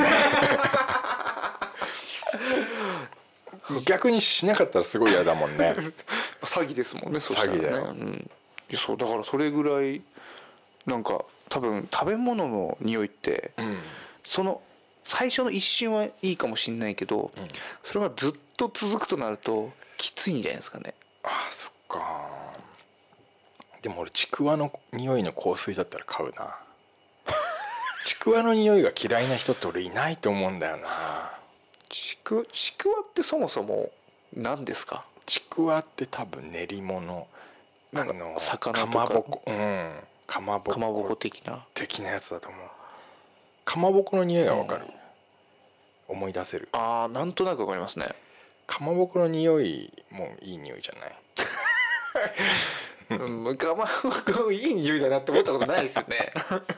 逆にしなかったらすごい嫌だもんね
詐欺ですもんね。そしたらね、
詐欺だよ、
うん、そうだからそれぐらいなんか多分食べ物の匂いって、うん、その最初の一瞬はいいかもしれないけど、うん、それがずっと続くとなるときついんじゃないですかね。
ああそっか。でも俺ちくわの匂いの香水だったら買うなちくわの匂いが嫌いな人って俺いないと思うんだよな。
ちくちくわってそもそも何ですか。
ちくわって多分練り物
なんかの魚とか
かまぼこ、うん、かまぼこ
かまぼこ的な
的なやつだと思う。かまぼこの匂いが分かる、うん、思い出せる。
ああなんとなく分かりますね。
かまぼこの匂いもいい匂いじゃない
うん、かまぼこいい匂いだなって思ったことないですよね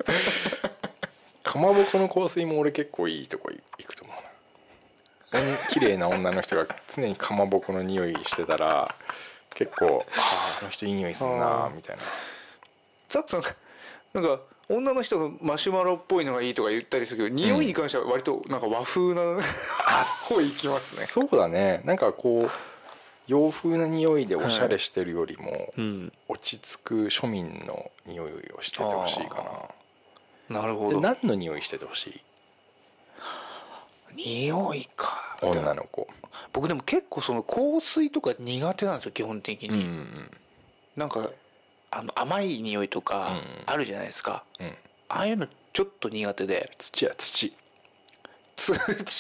かまぼこの香水も俺結構いいとこ行くと思うな。綺麗な女の人が常にかまぼこの匂いしてたら結構ああの人いい匂いするなみたいな。
ザックさんなんか女の人がマシュマロっぽいのがいいとか言ったりするけど、匂いに関しては割となんか和風な、うん、あそういきますね。
そうだね。なんかこう洋風な匂いでおしゃれしてるよりも、はいうん、落ち着く庶民の匂いをしててほしいか
な。なるほど。
何の匂いしててほしい。
匂いか。
女の子。
僕でも結構その香水とか苦手なんですよ基本的に、うんうん、なんかあの甘い匂いとかあるじゃないですか、うんうん、ああいうのちょっと苦手で。
土や土
土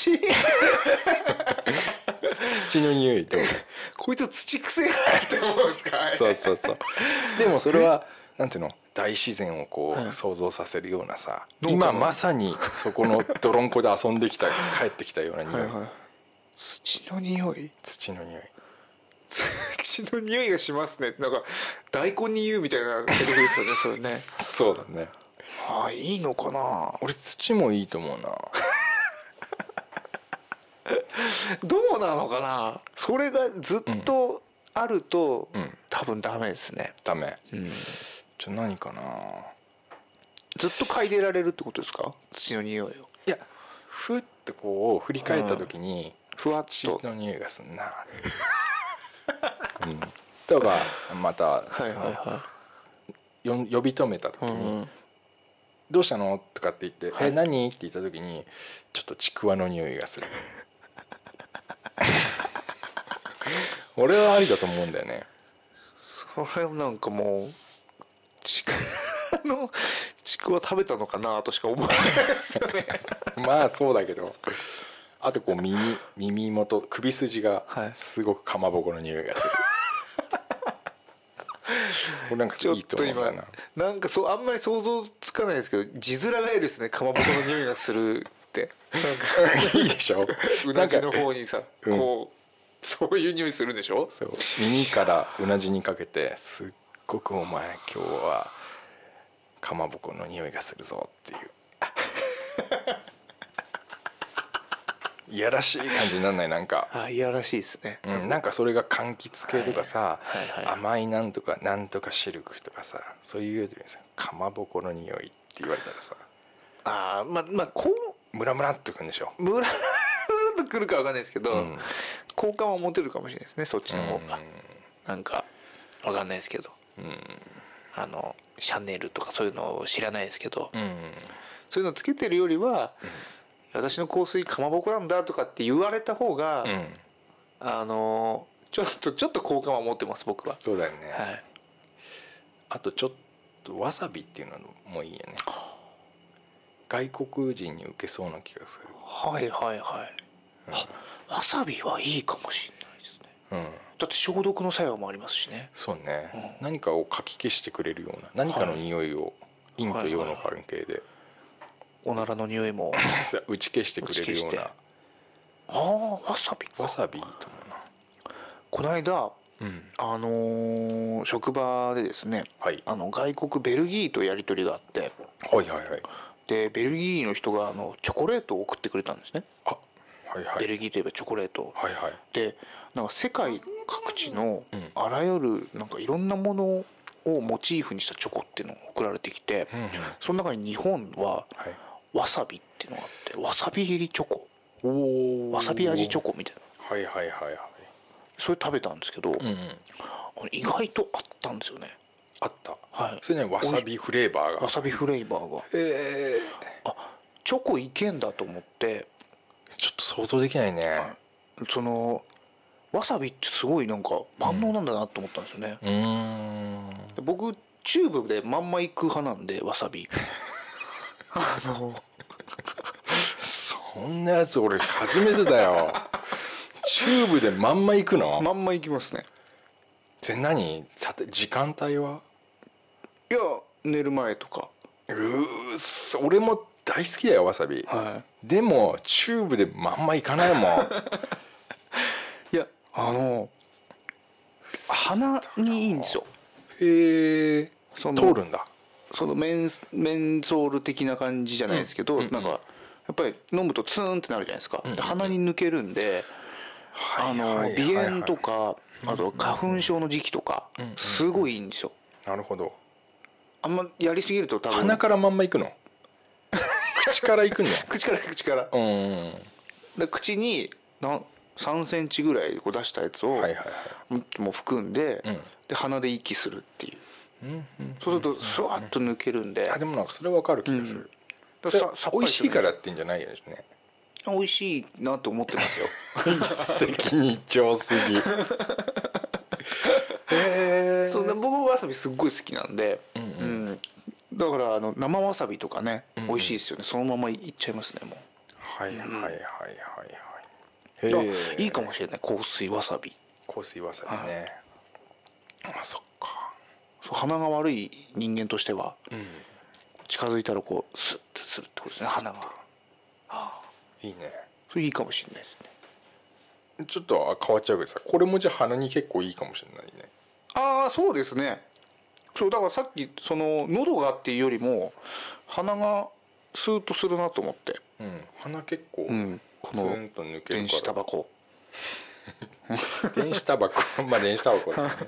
土の匂いと
こいつ土癖がないって思うんですか
そうそうそう。でもそれはなんていうの大自然をこう、はい、想像させるようなさ今まさにそこの泥んこで遊んできた帰ってきたような匂い、はいはい、
土の匂い
土の匂い
土の匂いがしますね。なんか大根に言うみたいなセリフですよねそれね
そうだね。
ああいいのかな。
俺土もいいと思うな
どうなのかな。それがずっとあると、うん、多分ダメですね。
ダメ、うん、じゃあ何かな。
ずっと嗅いでられるってことですか土の匂いを。
いやふってこう振り返った時に、うん、ふわっと土の匂いがすんなうん、とかまた、はいはいはい、よ呼び止めた時に、うん、どうしたのとかって言って、はい、え何って言った時にちょっとちくわの匂いがする俺はありだと思うんだよね。
それなんかもうちくわのちくわ食べたのかなとしか思わないですよね
まあそうだけどあとこう耳耳元首筋がすごくかまぼこの匂いがする、はい、これなんかいいと思うんだよ
な。なんかそうあんまり想像つかないですけど字面がいいですね。かまぼこの匂いがするってなん
かいいでしょ
うなじの方にさこう、うん、そういう匂いするんでしょ。
そう耳からうなじにかけてすっごくお前今日はかまぼこの匂いがするぞっていういやらしい感じになんない。なんか
あいやらしいですね、
うん、なんかそれが柑橘系とかさ、はいはいはい、甘いなんとかなんとかシルクとかさそういうかまぼこの匂いって言われたらさ
あまあまあこ
うムラムラっとくるんでしょ。
ムラムラっとくるか分かんないですけど、うん、好感は持てるかもしれないですねそっちの方が、うん、なんか分かんないですけど、うん、あのシャネルとかそういうのを知らないですけど、うん、そういうのつけてるよりは、うん私の香水かまぼこなんだとかって言われた方が、うん、あのちょっとちょっと好感は持ってます僕は。
そうだよね、はい、あとちょっとわさびっていうのもいいよね。外国人に受けそうな気がする。
はいはいはい、うん、わさびはいいかもしれないですね、うん、だって消毒の作用もありますしね。
そうね、うん、何かをかき消してくれるような何かの匂いを陰と陽の関係で、
おならの匂いも
打ち消してくれるような。
ああわさびか。
わさびいいと思うな。
この間、
うん、
あのー、職場でですね、
はい、
あの外国ベルギーとやり取りがあって、
はいはいはい、
でベルギーの人があのチョコレートを送ってくれたんですね。
あ、はいはい、
ベルギーといえばチョコレート、
はいはい、
でなんか世界各地のあらゆるなんかいろんなものをモチーフにしたチョコっていうのが送られてきて、
うんうん、
その中に日本はわさびっていうのがあって、わさび入りチョコ、おわさび味チョコみたいな、
はいはいはいはい、
それ食べたんですけど、うんうん、意外とあったんですよね。
あった、
はい、
それねわさびフレーバーが、
わさびフレーバーが、
へえ、
あチョコいけんだと思って、
ちょっと想像できないね、はい、
そのわさびってすごいなんか万能なんだなと思ったんですよね。
うん、うーん、
僕チューブでまんまいく派なんで、わさびあの
そんなやつ俺初めてだよチューブでまんまいくの？
まんまいきますね。
それ何？時間帯は？
いや寝る前とか。
うーそ俺も大好きだよわさび、
はい、
でもチューブでまんまいかないもん
いやあの鼻にいいんですよ。
へえ、通るんだ。
そのメンメンソール的な感じじゃないですけど、うんうんうん、なんかやっぱり飲むとツーンってなるじゃないですか、うんうんうん、鼻に抜けるんで、あの鼻炎とかあと花粉症の時期とかすごいいいんですよ。
なるほど。
あんまやりすぎると多分
鼻からまんまいくの口からいくの
口から口から、うん、で口になさんセンチぐらいこう出したやつを、はいはいはい、もう含んで、うん、で鼻で息するっていう、うんうん、そうするとスワッと抜けるんで、
あでもなんかそれ分かる気がする、うん、さ美味しいからってんじゃないよね。
美味しいなと思ってますよ
一石二鳥すぎ
へそう僕わさびすっごい好きなんで、うんうんうん、だからあの生わさびとかね、うんうん、美味しいですよね。そのままいっちゃいますねもう。
はいはいはいはいはい、
へえ、いいかもしれない。香水わさび、
香水わさびね、はい、あそっか。
そう鼻が悪い人間としては、うん、近づいたらこうスッてするってことですね、鼻が、は
あ、いいね。
それいいかもしれないです
ね。ちょっと変わっちゃうけどさ、これもじゃあ鼻に結構いいかもしれないね。
ああそうですね。そうだからさっきその喉がっていうよりも鼻がスーッとするなと思って、
うん、鼻結構ツーンと抜けるから。
電子タバコ
電子タバコまあ電子タバコだね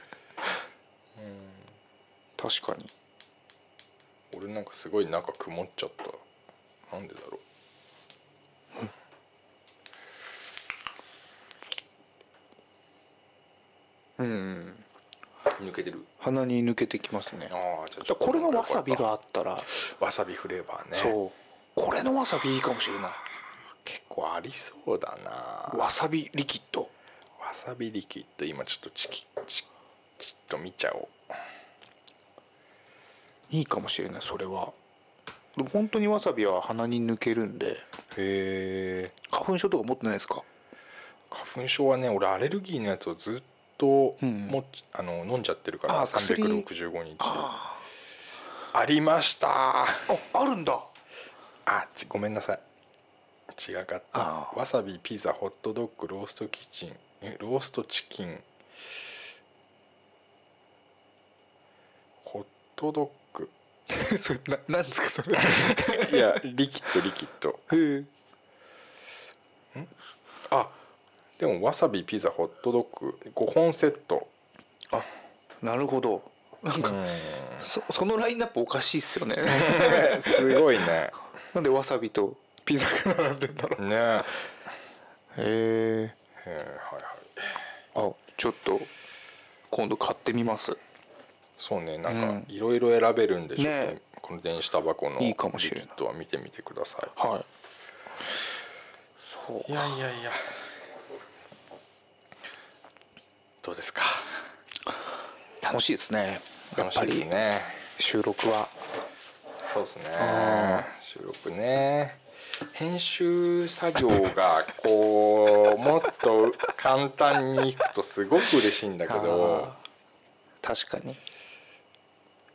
うん、確かに。
俺なんかすごい中曇っちゃった。なんでだろ
う。うん
抜けてる。
鼻に抜けてきますね。
あ
じゃあこれのわさびがあったら、
わさびフレーバーね。
そうこれのわさびいいかもしれない。
結構ありそうだな。
わさびリキッド。
わさびリキッド今ちょっとチキチチッと見ちゃおう。
いいかもしれないそれは。でも本当にわさびは鼻に抜けるんで。へ
え。
花粉症とか持ってないですか？
花粉症はね俺アレルギーのやつをずっとも、うん、あの飲んじゃってるからさんびゃくろくじゅうごにち あ, ありました。あ
あるんだ。
あごめんなさい違かった。わさびピザホットドッグローストキッチンえローストチキンホットドッグ
それななんですかそれ
いやリキッドリキッド。へえ。んあでもわさびピザホットドッグごほんセット。
あなるほど。なんかそ, そのラインナップおかしいっすよね
すごいね。
なんでわさびとピザが並んでんだろうね。へえはいはい。あちょっと今度買ってみます。
そうねなんかいろいろ選べるんで、うんね、この電子タバコのリキッドは見てみてください。はい。そういやいやいやどうですか。
楽しいですね。
楽しいですね
収録は。
そうですね収録ね。編集作業がこうもっと簡単にいくとすごく嬉しいんだけど
確かに
編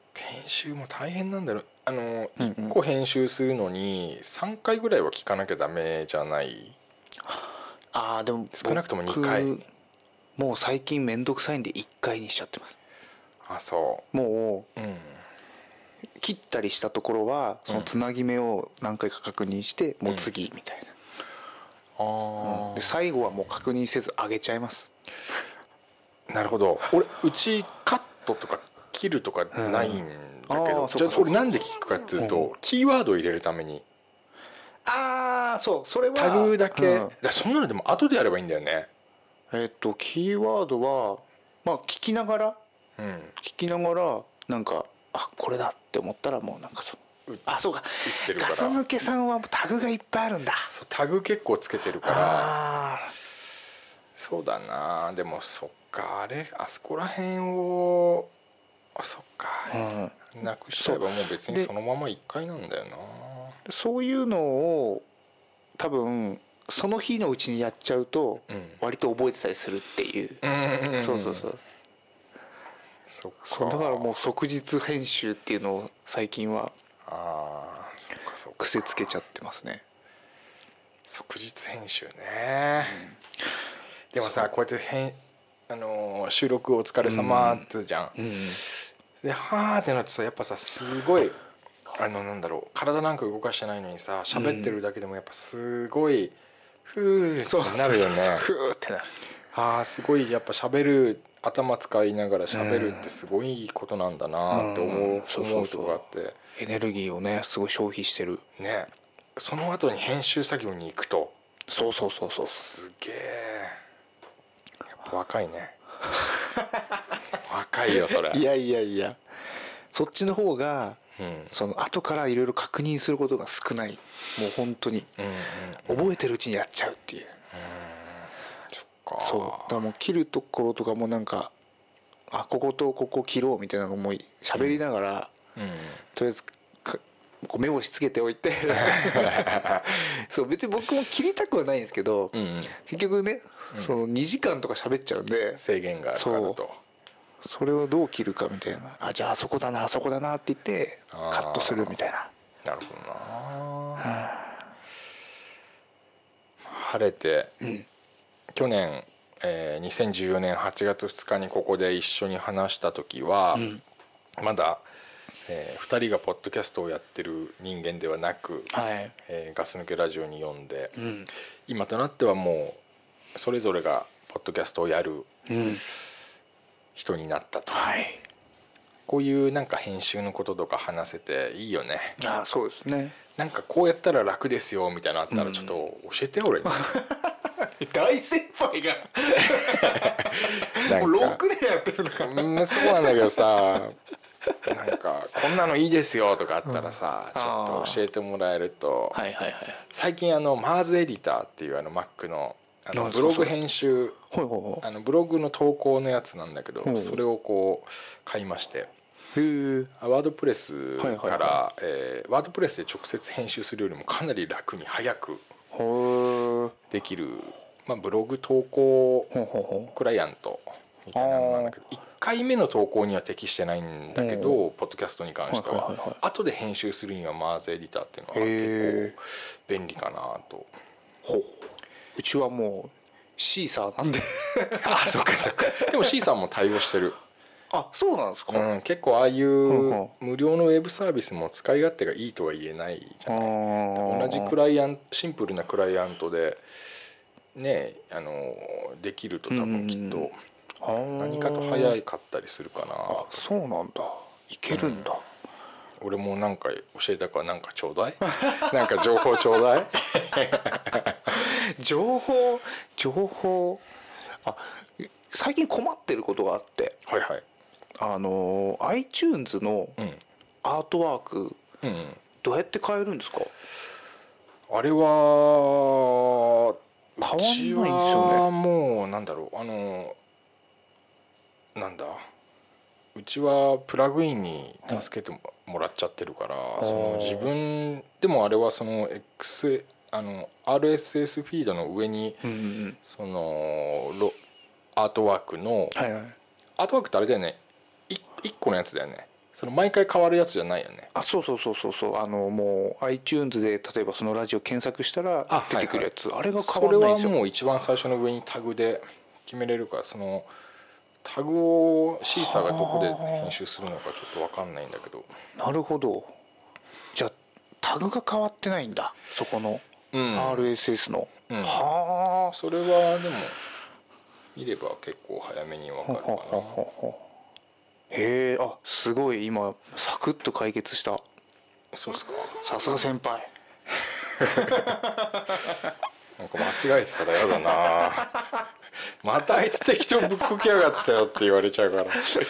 集も大変なんだろう。あの
うんうん
いっこ編集するのにさんかいぐらいは聞かなきゃダメじゃない？
ああでも
少なくともにかい。
もう最近めんどくさいんでいっかいにしちゃってます。
あそ
もう
う。うん
切ったりしたところはそのつなぎ目を何回か確認してもう次みたいな、
あ
うんで最後はもう確認せず上げちゃいます。
あなるほど。俺うちカットとか切るとかないんだけど、
うんあー
じゃあ
そうかそうか
俺なんで聞くかっていうと、
うん
キーワードを入れるために
ああそうそれは
タグだけ、
うん
だからそんなのでも後でやればいいんだよね。
えっとキーワードはまあ聞きながら
うん
聞きながらなんかあこれだって思ったらもうなんかそうあそうか
売ってるから
ガス抜けさんはタグがいっぱいあるんだ。
そうタグ結構つけてるから
あ
そうだな。でもそっかあれあそこら辺をあそっか、
あ、うん、
なくしちゃえばもう別に
で
そのままいっかいなんだよな。
そういうのを多分その日のうちにやっちゃうと
うん
割と覚えてたりするっていう、
うんうんうん
そうそうそう
そっか
そうだからもう即日編集っていうのを最近は
あーそっかそっか
癖つけちゃってますね。
即日編集ね、でもさこうやって編あのー収録お疲れ様ってじゃん、
うん
ではーってなってさやっぱさすごいあのなんだろう体なんか動かしてないのにさ喋ってるだけでもやっぱすごいふーってなるよね。
ふーってなる。
あーすごいやっぱ喋る頭使いながら喋るってすごいことなんだなって思う、
うんそうそうそう
思うとこがあって
エネルギーをねすごい消費してる。
ね。その後に編集作業に行くと
そうそうそうそう
すげえやっぱ若いね若いよそれ。
いやいやいやそっちの方が
うん
その後からいろいろ確認することが少ない。もう本当に
うんうん
覚えてるうちにやっちゃうっていう。
そっか
そうだからもう切るところとかもなんかあこことここ切ろうみたいなのも喋りながら、
うん
とりあえずかこう目星つけておいてそう別に僕も切りたくはないんですけど、
うんうん
結局ね、
うん
そのにじかんとか喋っちゃうんで
制限があるからと
それをどう切るかみたいなあじゃああそこだなあそこだなって言って
あー
カットするみたいな。
なるほどな。
は
晴れて、
うん
去年、えー、にせんじゅうよねんはちがつふつかにここで一緒に話した時は、
うん
まだ、えー、ふたりがポッドキャストをやってる人間ではなく、
はい
えーガス抜けラジオに呼んで、
うん
今となってはもうそれぞれがポッドキャストをやる
うん
人になったと、
はい
こういうなんか編集のこととか話せていいよね。
ああそうですね。
なんかこうやったら楽ですよみたいなのあったらちょっと教えてよ俺に。
大先輩が
なんか
もうろくねんやってるんだから
うんそうなんだけどさなんかこんなのいいですよとかあったらさ、
うん
ちょっと教えてもらえると、
はいはいはい
最近あのマーズエディターっていうあの Mac のあの
なんですかそれ
ブログ編集
ほいほいほ
あのブログの投稿のやつなんだけど、
うん
それをこう買いまして、
いへえ
ワードプレス
はいはい
から
は
えーワードプレスで直接編集するよりもかなり楽に早く
ほー
できる、まあ、ブログ投稿
ほうほうほ
クライアントみたいなのなんだけどいっかいめの投稿には適してないんだけど、ポッドキャストに関しては,、
はいはいはいはい
後で編集するにはマーズエディターっていうのは
へ
結構便利かなと。
うほううちはもうシーサーなんで
あそっかそっか。でも C さんも対応してる、
あそうなんですか、
うん、結構ああいう
うんうん
無料のウェブサービスも使い勝手がいいとは言えないじゃない。同
同
じクライアントシンプルなクライアントでねあのできると多分きっと何かと早かったりするかな。
あそうなんだいけるんだ、
俺もなんか教えたからなんかちょうだいなんか情報ちょうだい
情報情報あ最近困ってることがあって
はいはい。
あの iTunes の
うん
アートワーク
うんうん
どうやって変えるんですか？
あれは
変わんないんですよね
うちはもうなんだろうあのなんだうちはプラグインに助けてもらっちゃってるから、その自分でもあれはその X あの アールエスエス フィードの上に
うんうん
そのロアートワークの
はいはい
アートワークってあれだよねいいっこのやつだよね。 その毎回変わるやつじゃないよね。
あ、そうそうそうそうそう、あのもう iTunes で例えばそのラジオ検索したら出てくるやつ、あ,、はいはい、あれが変わらないんですよ。
それはもう一番最初の上にタグで決めれるから、そのタグをシーサーがどこで編集するのかちょっと分かんないんだけど。
なるほど。じゃあタグが変わってないんだ、そこの アールエスエス の、
うん、
はあ、
それはでも見れば結構早めに分かるかな。
へえ、あ、すごい今サクッと解決した。
そうっすか。
さすが先輩。
なんか間違えてたらやだな。またあいつ適当ぶっこきやがったよって言われちゃうから。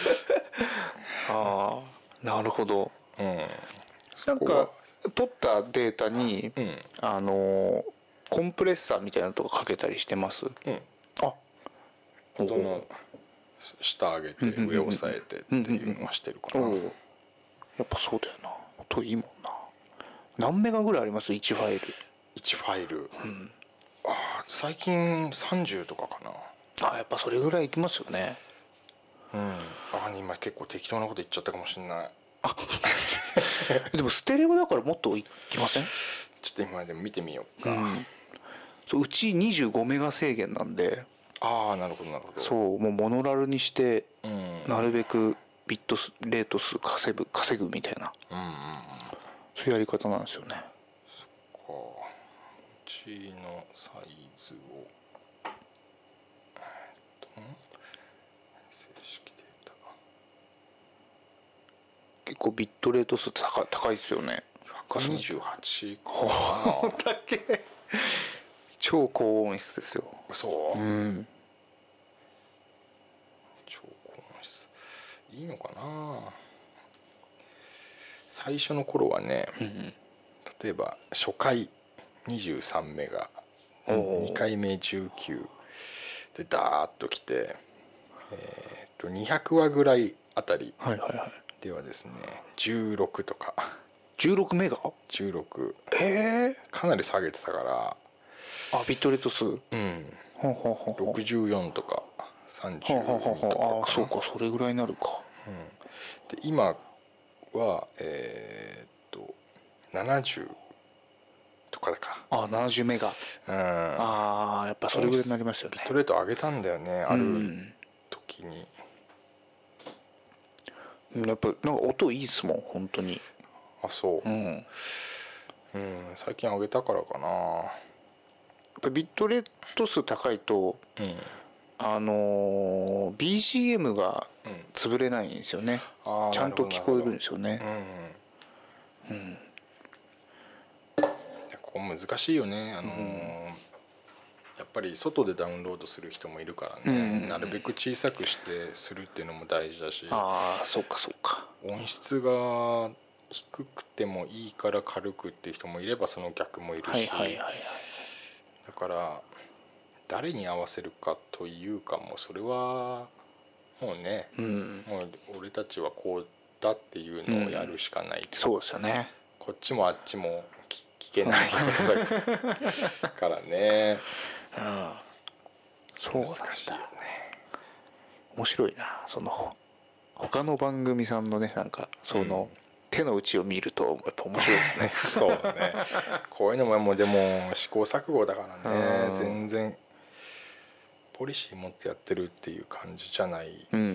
ああ、なるほど。
うん、
なんか取ったデータに、
うん、
あのコンプレッサーみたいなのとかかけたりしてます？
うん、
あ、
その下上げて上押さえてっていうのはしてるかな。
やっぱそうだよな、音いいもんな。何メガぐらいあります？いちファイル。
いちファイル、
うん、
あ、最近さんじゅうとかかな。
あ、やっぱそれぐらいいきますよね。
うん、あ、今結構適当なこと言っちゃったかもしれない。
でもステレオだからもっといきません？
ちょっと今でも見てみようか。
うん、そう、うちにじゅうごメガ制限なんで。
ああ、なるほどなるほど。
そう、もうモノラルにして、
うん、
なるべくビットレート数稼ぐ稼ぐみたいな、
うんうんうん、
そういうやり方なんですよね。
そっか。うちのサイズをえー、っと正式データ
結構ビットレート数高い高いですよね。
ひゃくにじゅうはちか
ほだけ超高音質ですよ。
そう、
うん、
超高音質いいのかな。最初の頃はね、うん、例えば初回にじゅうさんメガ、にかいめじゅうきゅうでダーッときて、えー、とにひゃくわぐらいあたりではですね、じゅうろくとか
じゅうろくメガ
じゅうろく、
えー、
かなり下げてたから。
あ、ビットレート数、うん、
ほうほうほうほうろくじゅうよんとかさんじゅうとかかな。
ああ、そうか、それぐらいになるか、
うん、で今はえー、っとななじゅうとかか。
あ、ななじゅうメガ、うん、ああ、やっぱそれぐらいになりますよね。
ビットレート上げたんだよね、ある時に、
うん、やっぱなんか音いいですもん本当に。
あ、そう、うん、うん、最近上げたからかな。や
っぱビットレート数高いと、うん、あのー、ビージーエム が潰れないんですよね、うん、ちゃんと聞こえるんですよね。うん、うん、
ここ難しいよね。あのーうん、やっぱり外でダウンロードする人もいるからね、うん、なるべく小さくしてするっていうのも大事だし。
ああ、そっかそっか。
音質が低くてもいいから軽くっていう人もいればその逆もいるし、はいはいはいはい、だから誰に合わせるかというか、もうそれはもうね、うん、もう俺たちはこうだっていうのをやるしかない、うん、
そうですよね。
こっちもあっちも聞けないことだからね、うん、
そう難しいよね。面白いな、その他の番組さんのね、なんかその、うん、手の内を見るとやっぱ面白いですね。
そうだね。こういうのももうでも試行錯誤だからね、全然ポリシー持ってやってるっていう感じじゃない、うんうんうん、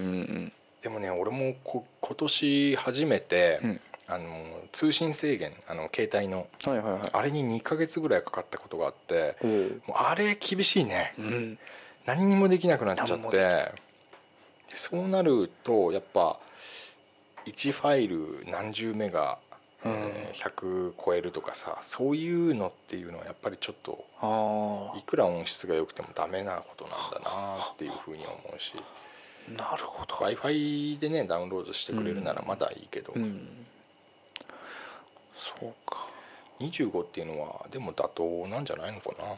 でもね、俺もこ今年初めて、うん、あの通信制限、あの携帯の、はいはいはい、あれににかげつぐらいかかったことがあって、もうあれ厳しいね、うん、何にもできなくなっちゃって、そうなるとやっぱいちファイル何十メガ、うん、えー、ひゃく超えるとかさ、そういうのっていうのはやっぱりちょっといくら音質が良くてもダメなことなんだなっていうふうに思うし。
なるほど。
Wi-Fi でねダウンロードしてくれるならまだいいけど、うんうん、
そうか、
にじゅうごっていうのはでも妥当なんじゃないのかな。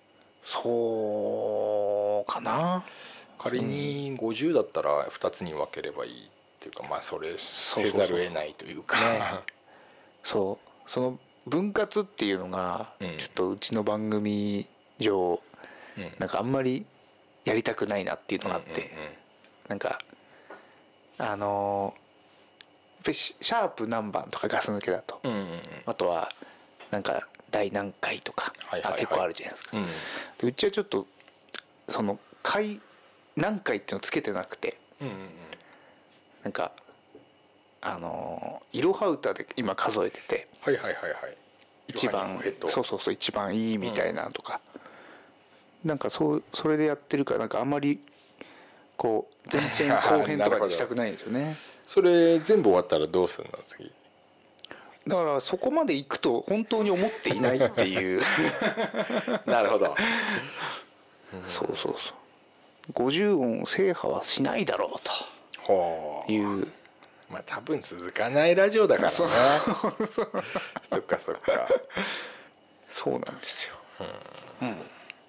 そうかな。
仮にごじゅうだったらふたつに分ければいいっていうか、まあそれせざるを得ないというか、そうそうそう、ね、
そうその分割っていうのがちょっとうちの番組上、うん、なんかあんまりやりたくないなっていうのがあって、うんうんうん、なんかあのぱりシャープ何番とかガス抜けだと、
うんうんうん、
あとはなんか第何回とか、
はいはいはい、
結構あるじゃないですか、
うん、
でうちはちょっとその回何回っていうのつけてなくて、
うんうんうん、
なんかあのいろは歌で今数えてて、
はいはいはいはい、
一番そうそうそう一番いいみたいなとか、うん、なんかそうそれでやってるからなんかあんまりこう前編後編とかにしたくないんですよね
それ全部終わったらどうするの次。
だからそこまで行くと本当に思っていないっていう
なるほど、
うん、そうそうそうごじゅう音制覇はしないだろうという、
まあ多分続かないラジオだからねそっかそっか
そうなんですよ、うんうん、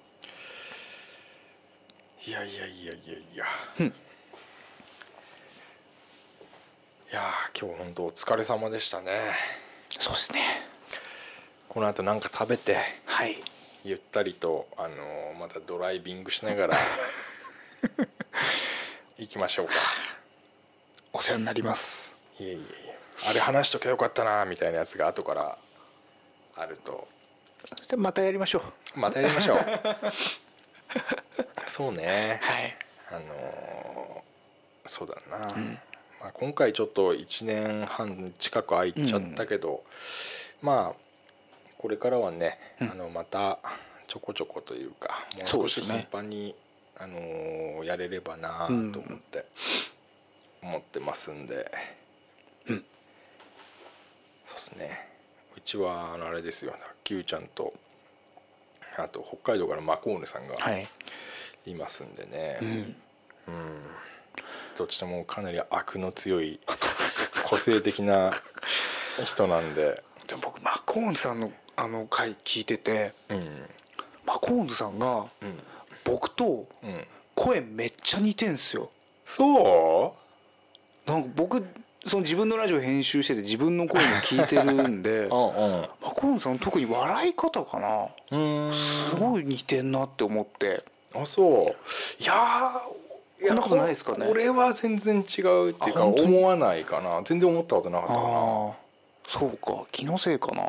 いやいやいやいやいや、
うん、
いや今日本当お疲れ様でしたね。
そうですね。
この後なんか食べて、
はい、
ゆったりとあのまたドライビングしながら行きましょうか。
お世話になります。
いえいえいえ、あれ話しとけばよかったなみたいなやつが後からあると
またやりましょ
うまたやりましょうそうね、
はい、
あのそうだな、
うん
まあ、今回ちょっといちねんはん近く空いちゃったけど、うん、まあこれからはね、うん、あのまたちょこちょこというかもう少し頻繁に、ね、あのやれればなと思って、うん、思ってますんで、うん、そうですね。うちはあのあれですよ、Q ちゃんとあと北海道からマコーヌさんがいますんでね、はい、うん、うん、どっちともかなり悪の強い個性的な人なんで
でも僕マコーヌさんのあの回聞いてて、うん、マコーヌさんが僕と声めっちゃ似てんすよ。
そう
なんか僕その自分のラジオ編集してて自分の声も聞いてるんでうん、うん、マコーヌさん特に笑い方かな、うーん、すごい似てんなって思って。
あ、そう。いやー、
そんなことないですかね。
俺は全然違うっていうか思わないかな。全然思ったことなかったかな。あ、
そうか、気のせいかな。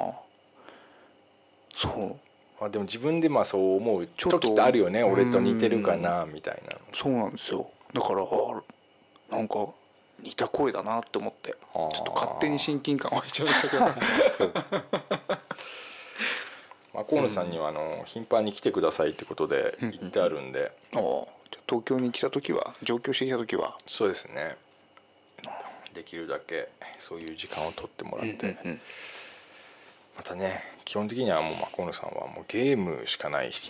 そう。
あ、でも自分でまあそう思う時ってあるよね。俺と似てるかなみたいな。
そうなんですよ。だからあなんか似た声だなって思ってちょっと勝手に親近感湧いちゃいましたけどそう
まあ、河野さんにはあの頻繁に来てくださいってことで言ってあるんで、
うんうん、ああ、東京に来た時は上京してきた時は
そうですね、できるだけそういう時間を取ってもらって、うんうんうん、またね、基本的にはもう河野さんはもうゲームしかないんで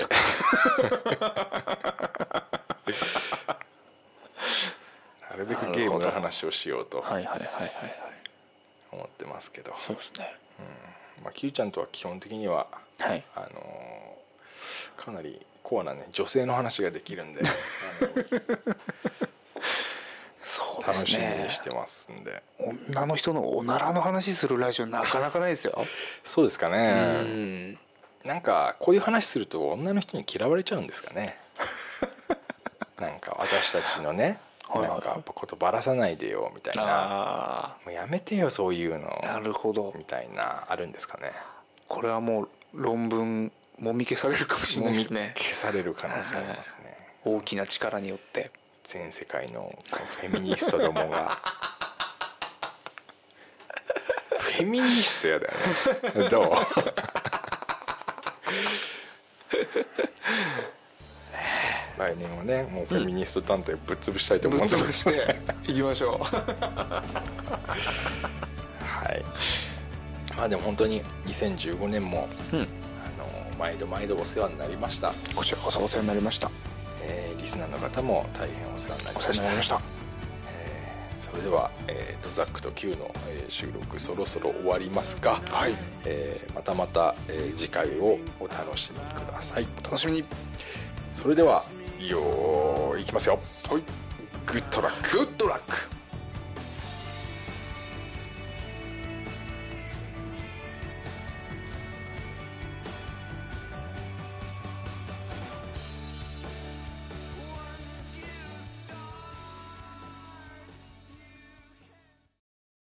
なるべくゲームの話をしようと思ってますけど、
そうですね、
うん、まあ、Qちゃんとは基本的には、
はい、
あのー、かなりコアなね女性の話ができるんでそうですね、楽しみにしてますんで。
女の人のおならの話するラジオなかなかないですよ
そうですかね。うん、なんかこういう話すると女の人に嫌われちゃうんですかねなんか私たちのね、なんかことばらさないでよみたいな、あ、もうやめてよそういうの、
なるほど、
みたいなあるんですかね。
これはもう論文もみ消されるかもしれないですね。
もみ消される可能性ありますね
大きな力によって
全世界のフェミニストどもがフェミニストやだよねどう来年はね、もうフェミニスト団体ぶっ潰したいと思うんで、
ぶっ潰していきましょう
はい。まあでも本当ににせんじゅうごねんも、うん、あの毎度毎度お世話になりました。
こちらこそお世話になりました。
えー、リスナーの方も大変お世話になりました。
お世話になりました。
えー、それでは、えーと、ザックと Q の、えー、収録そろそろ終わりますが、
はい、
えー、またまた、えー、次回をお楽しみください。
お楽しみに。
それではよーいきますよ。
はい。
グッドラック。
グッドラック。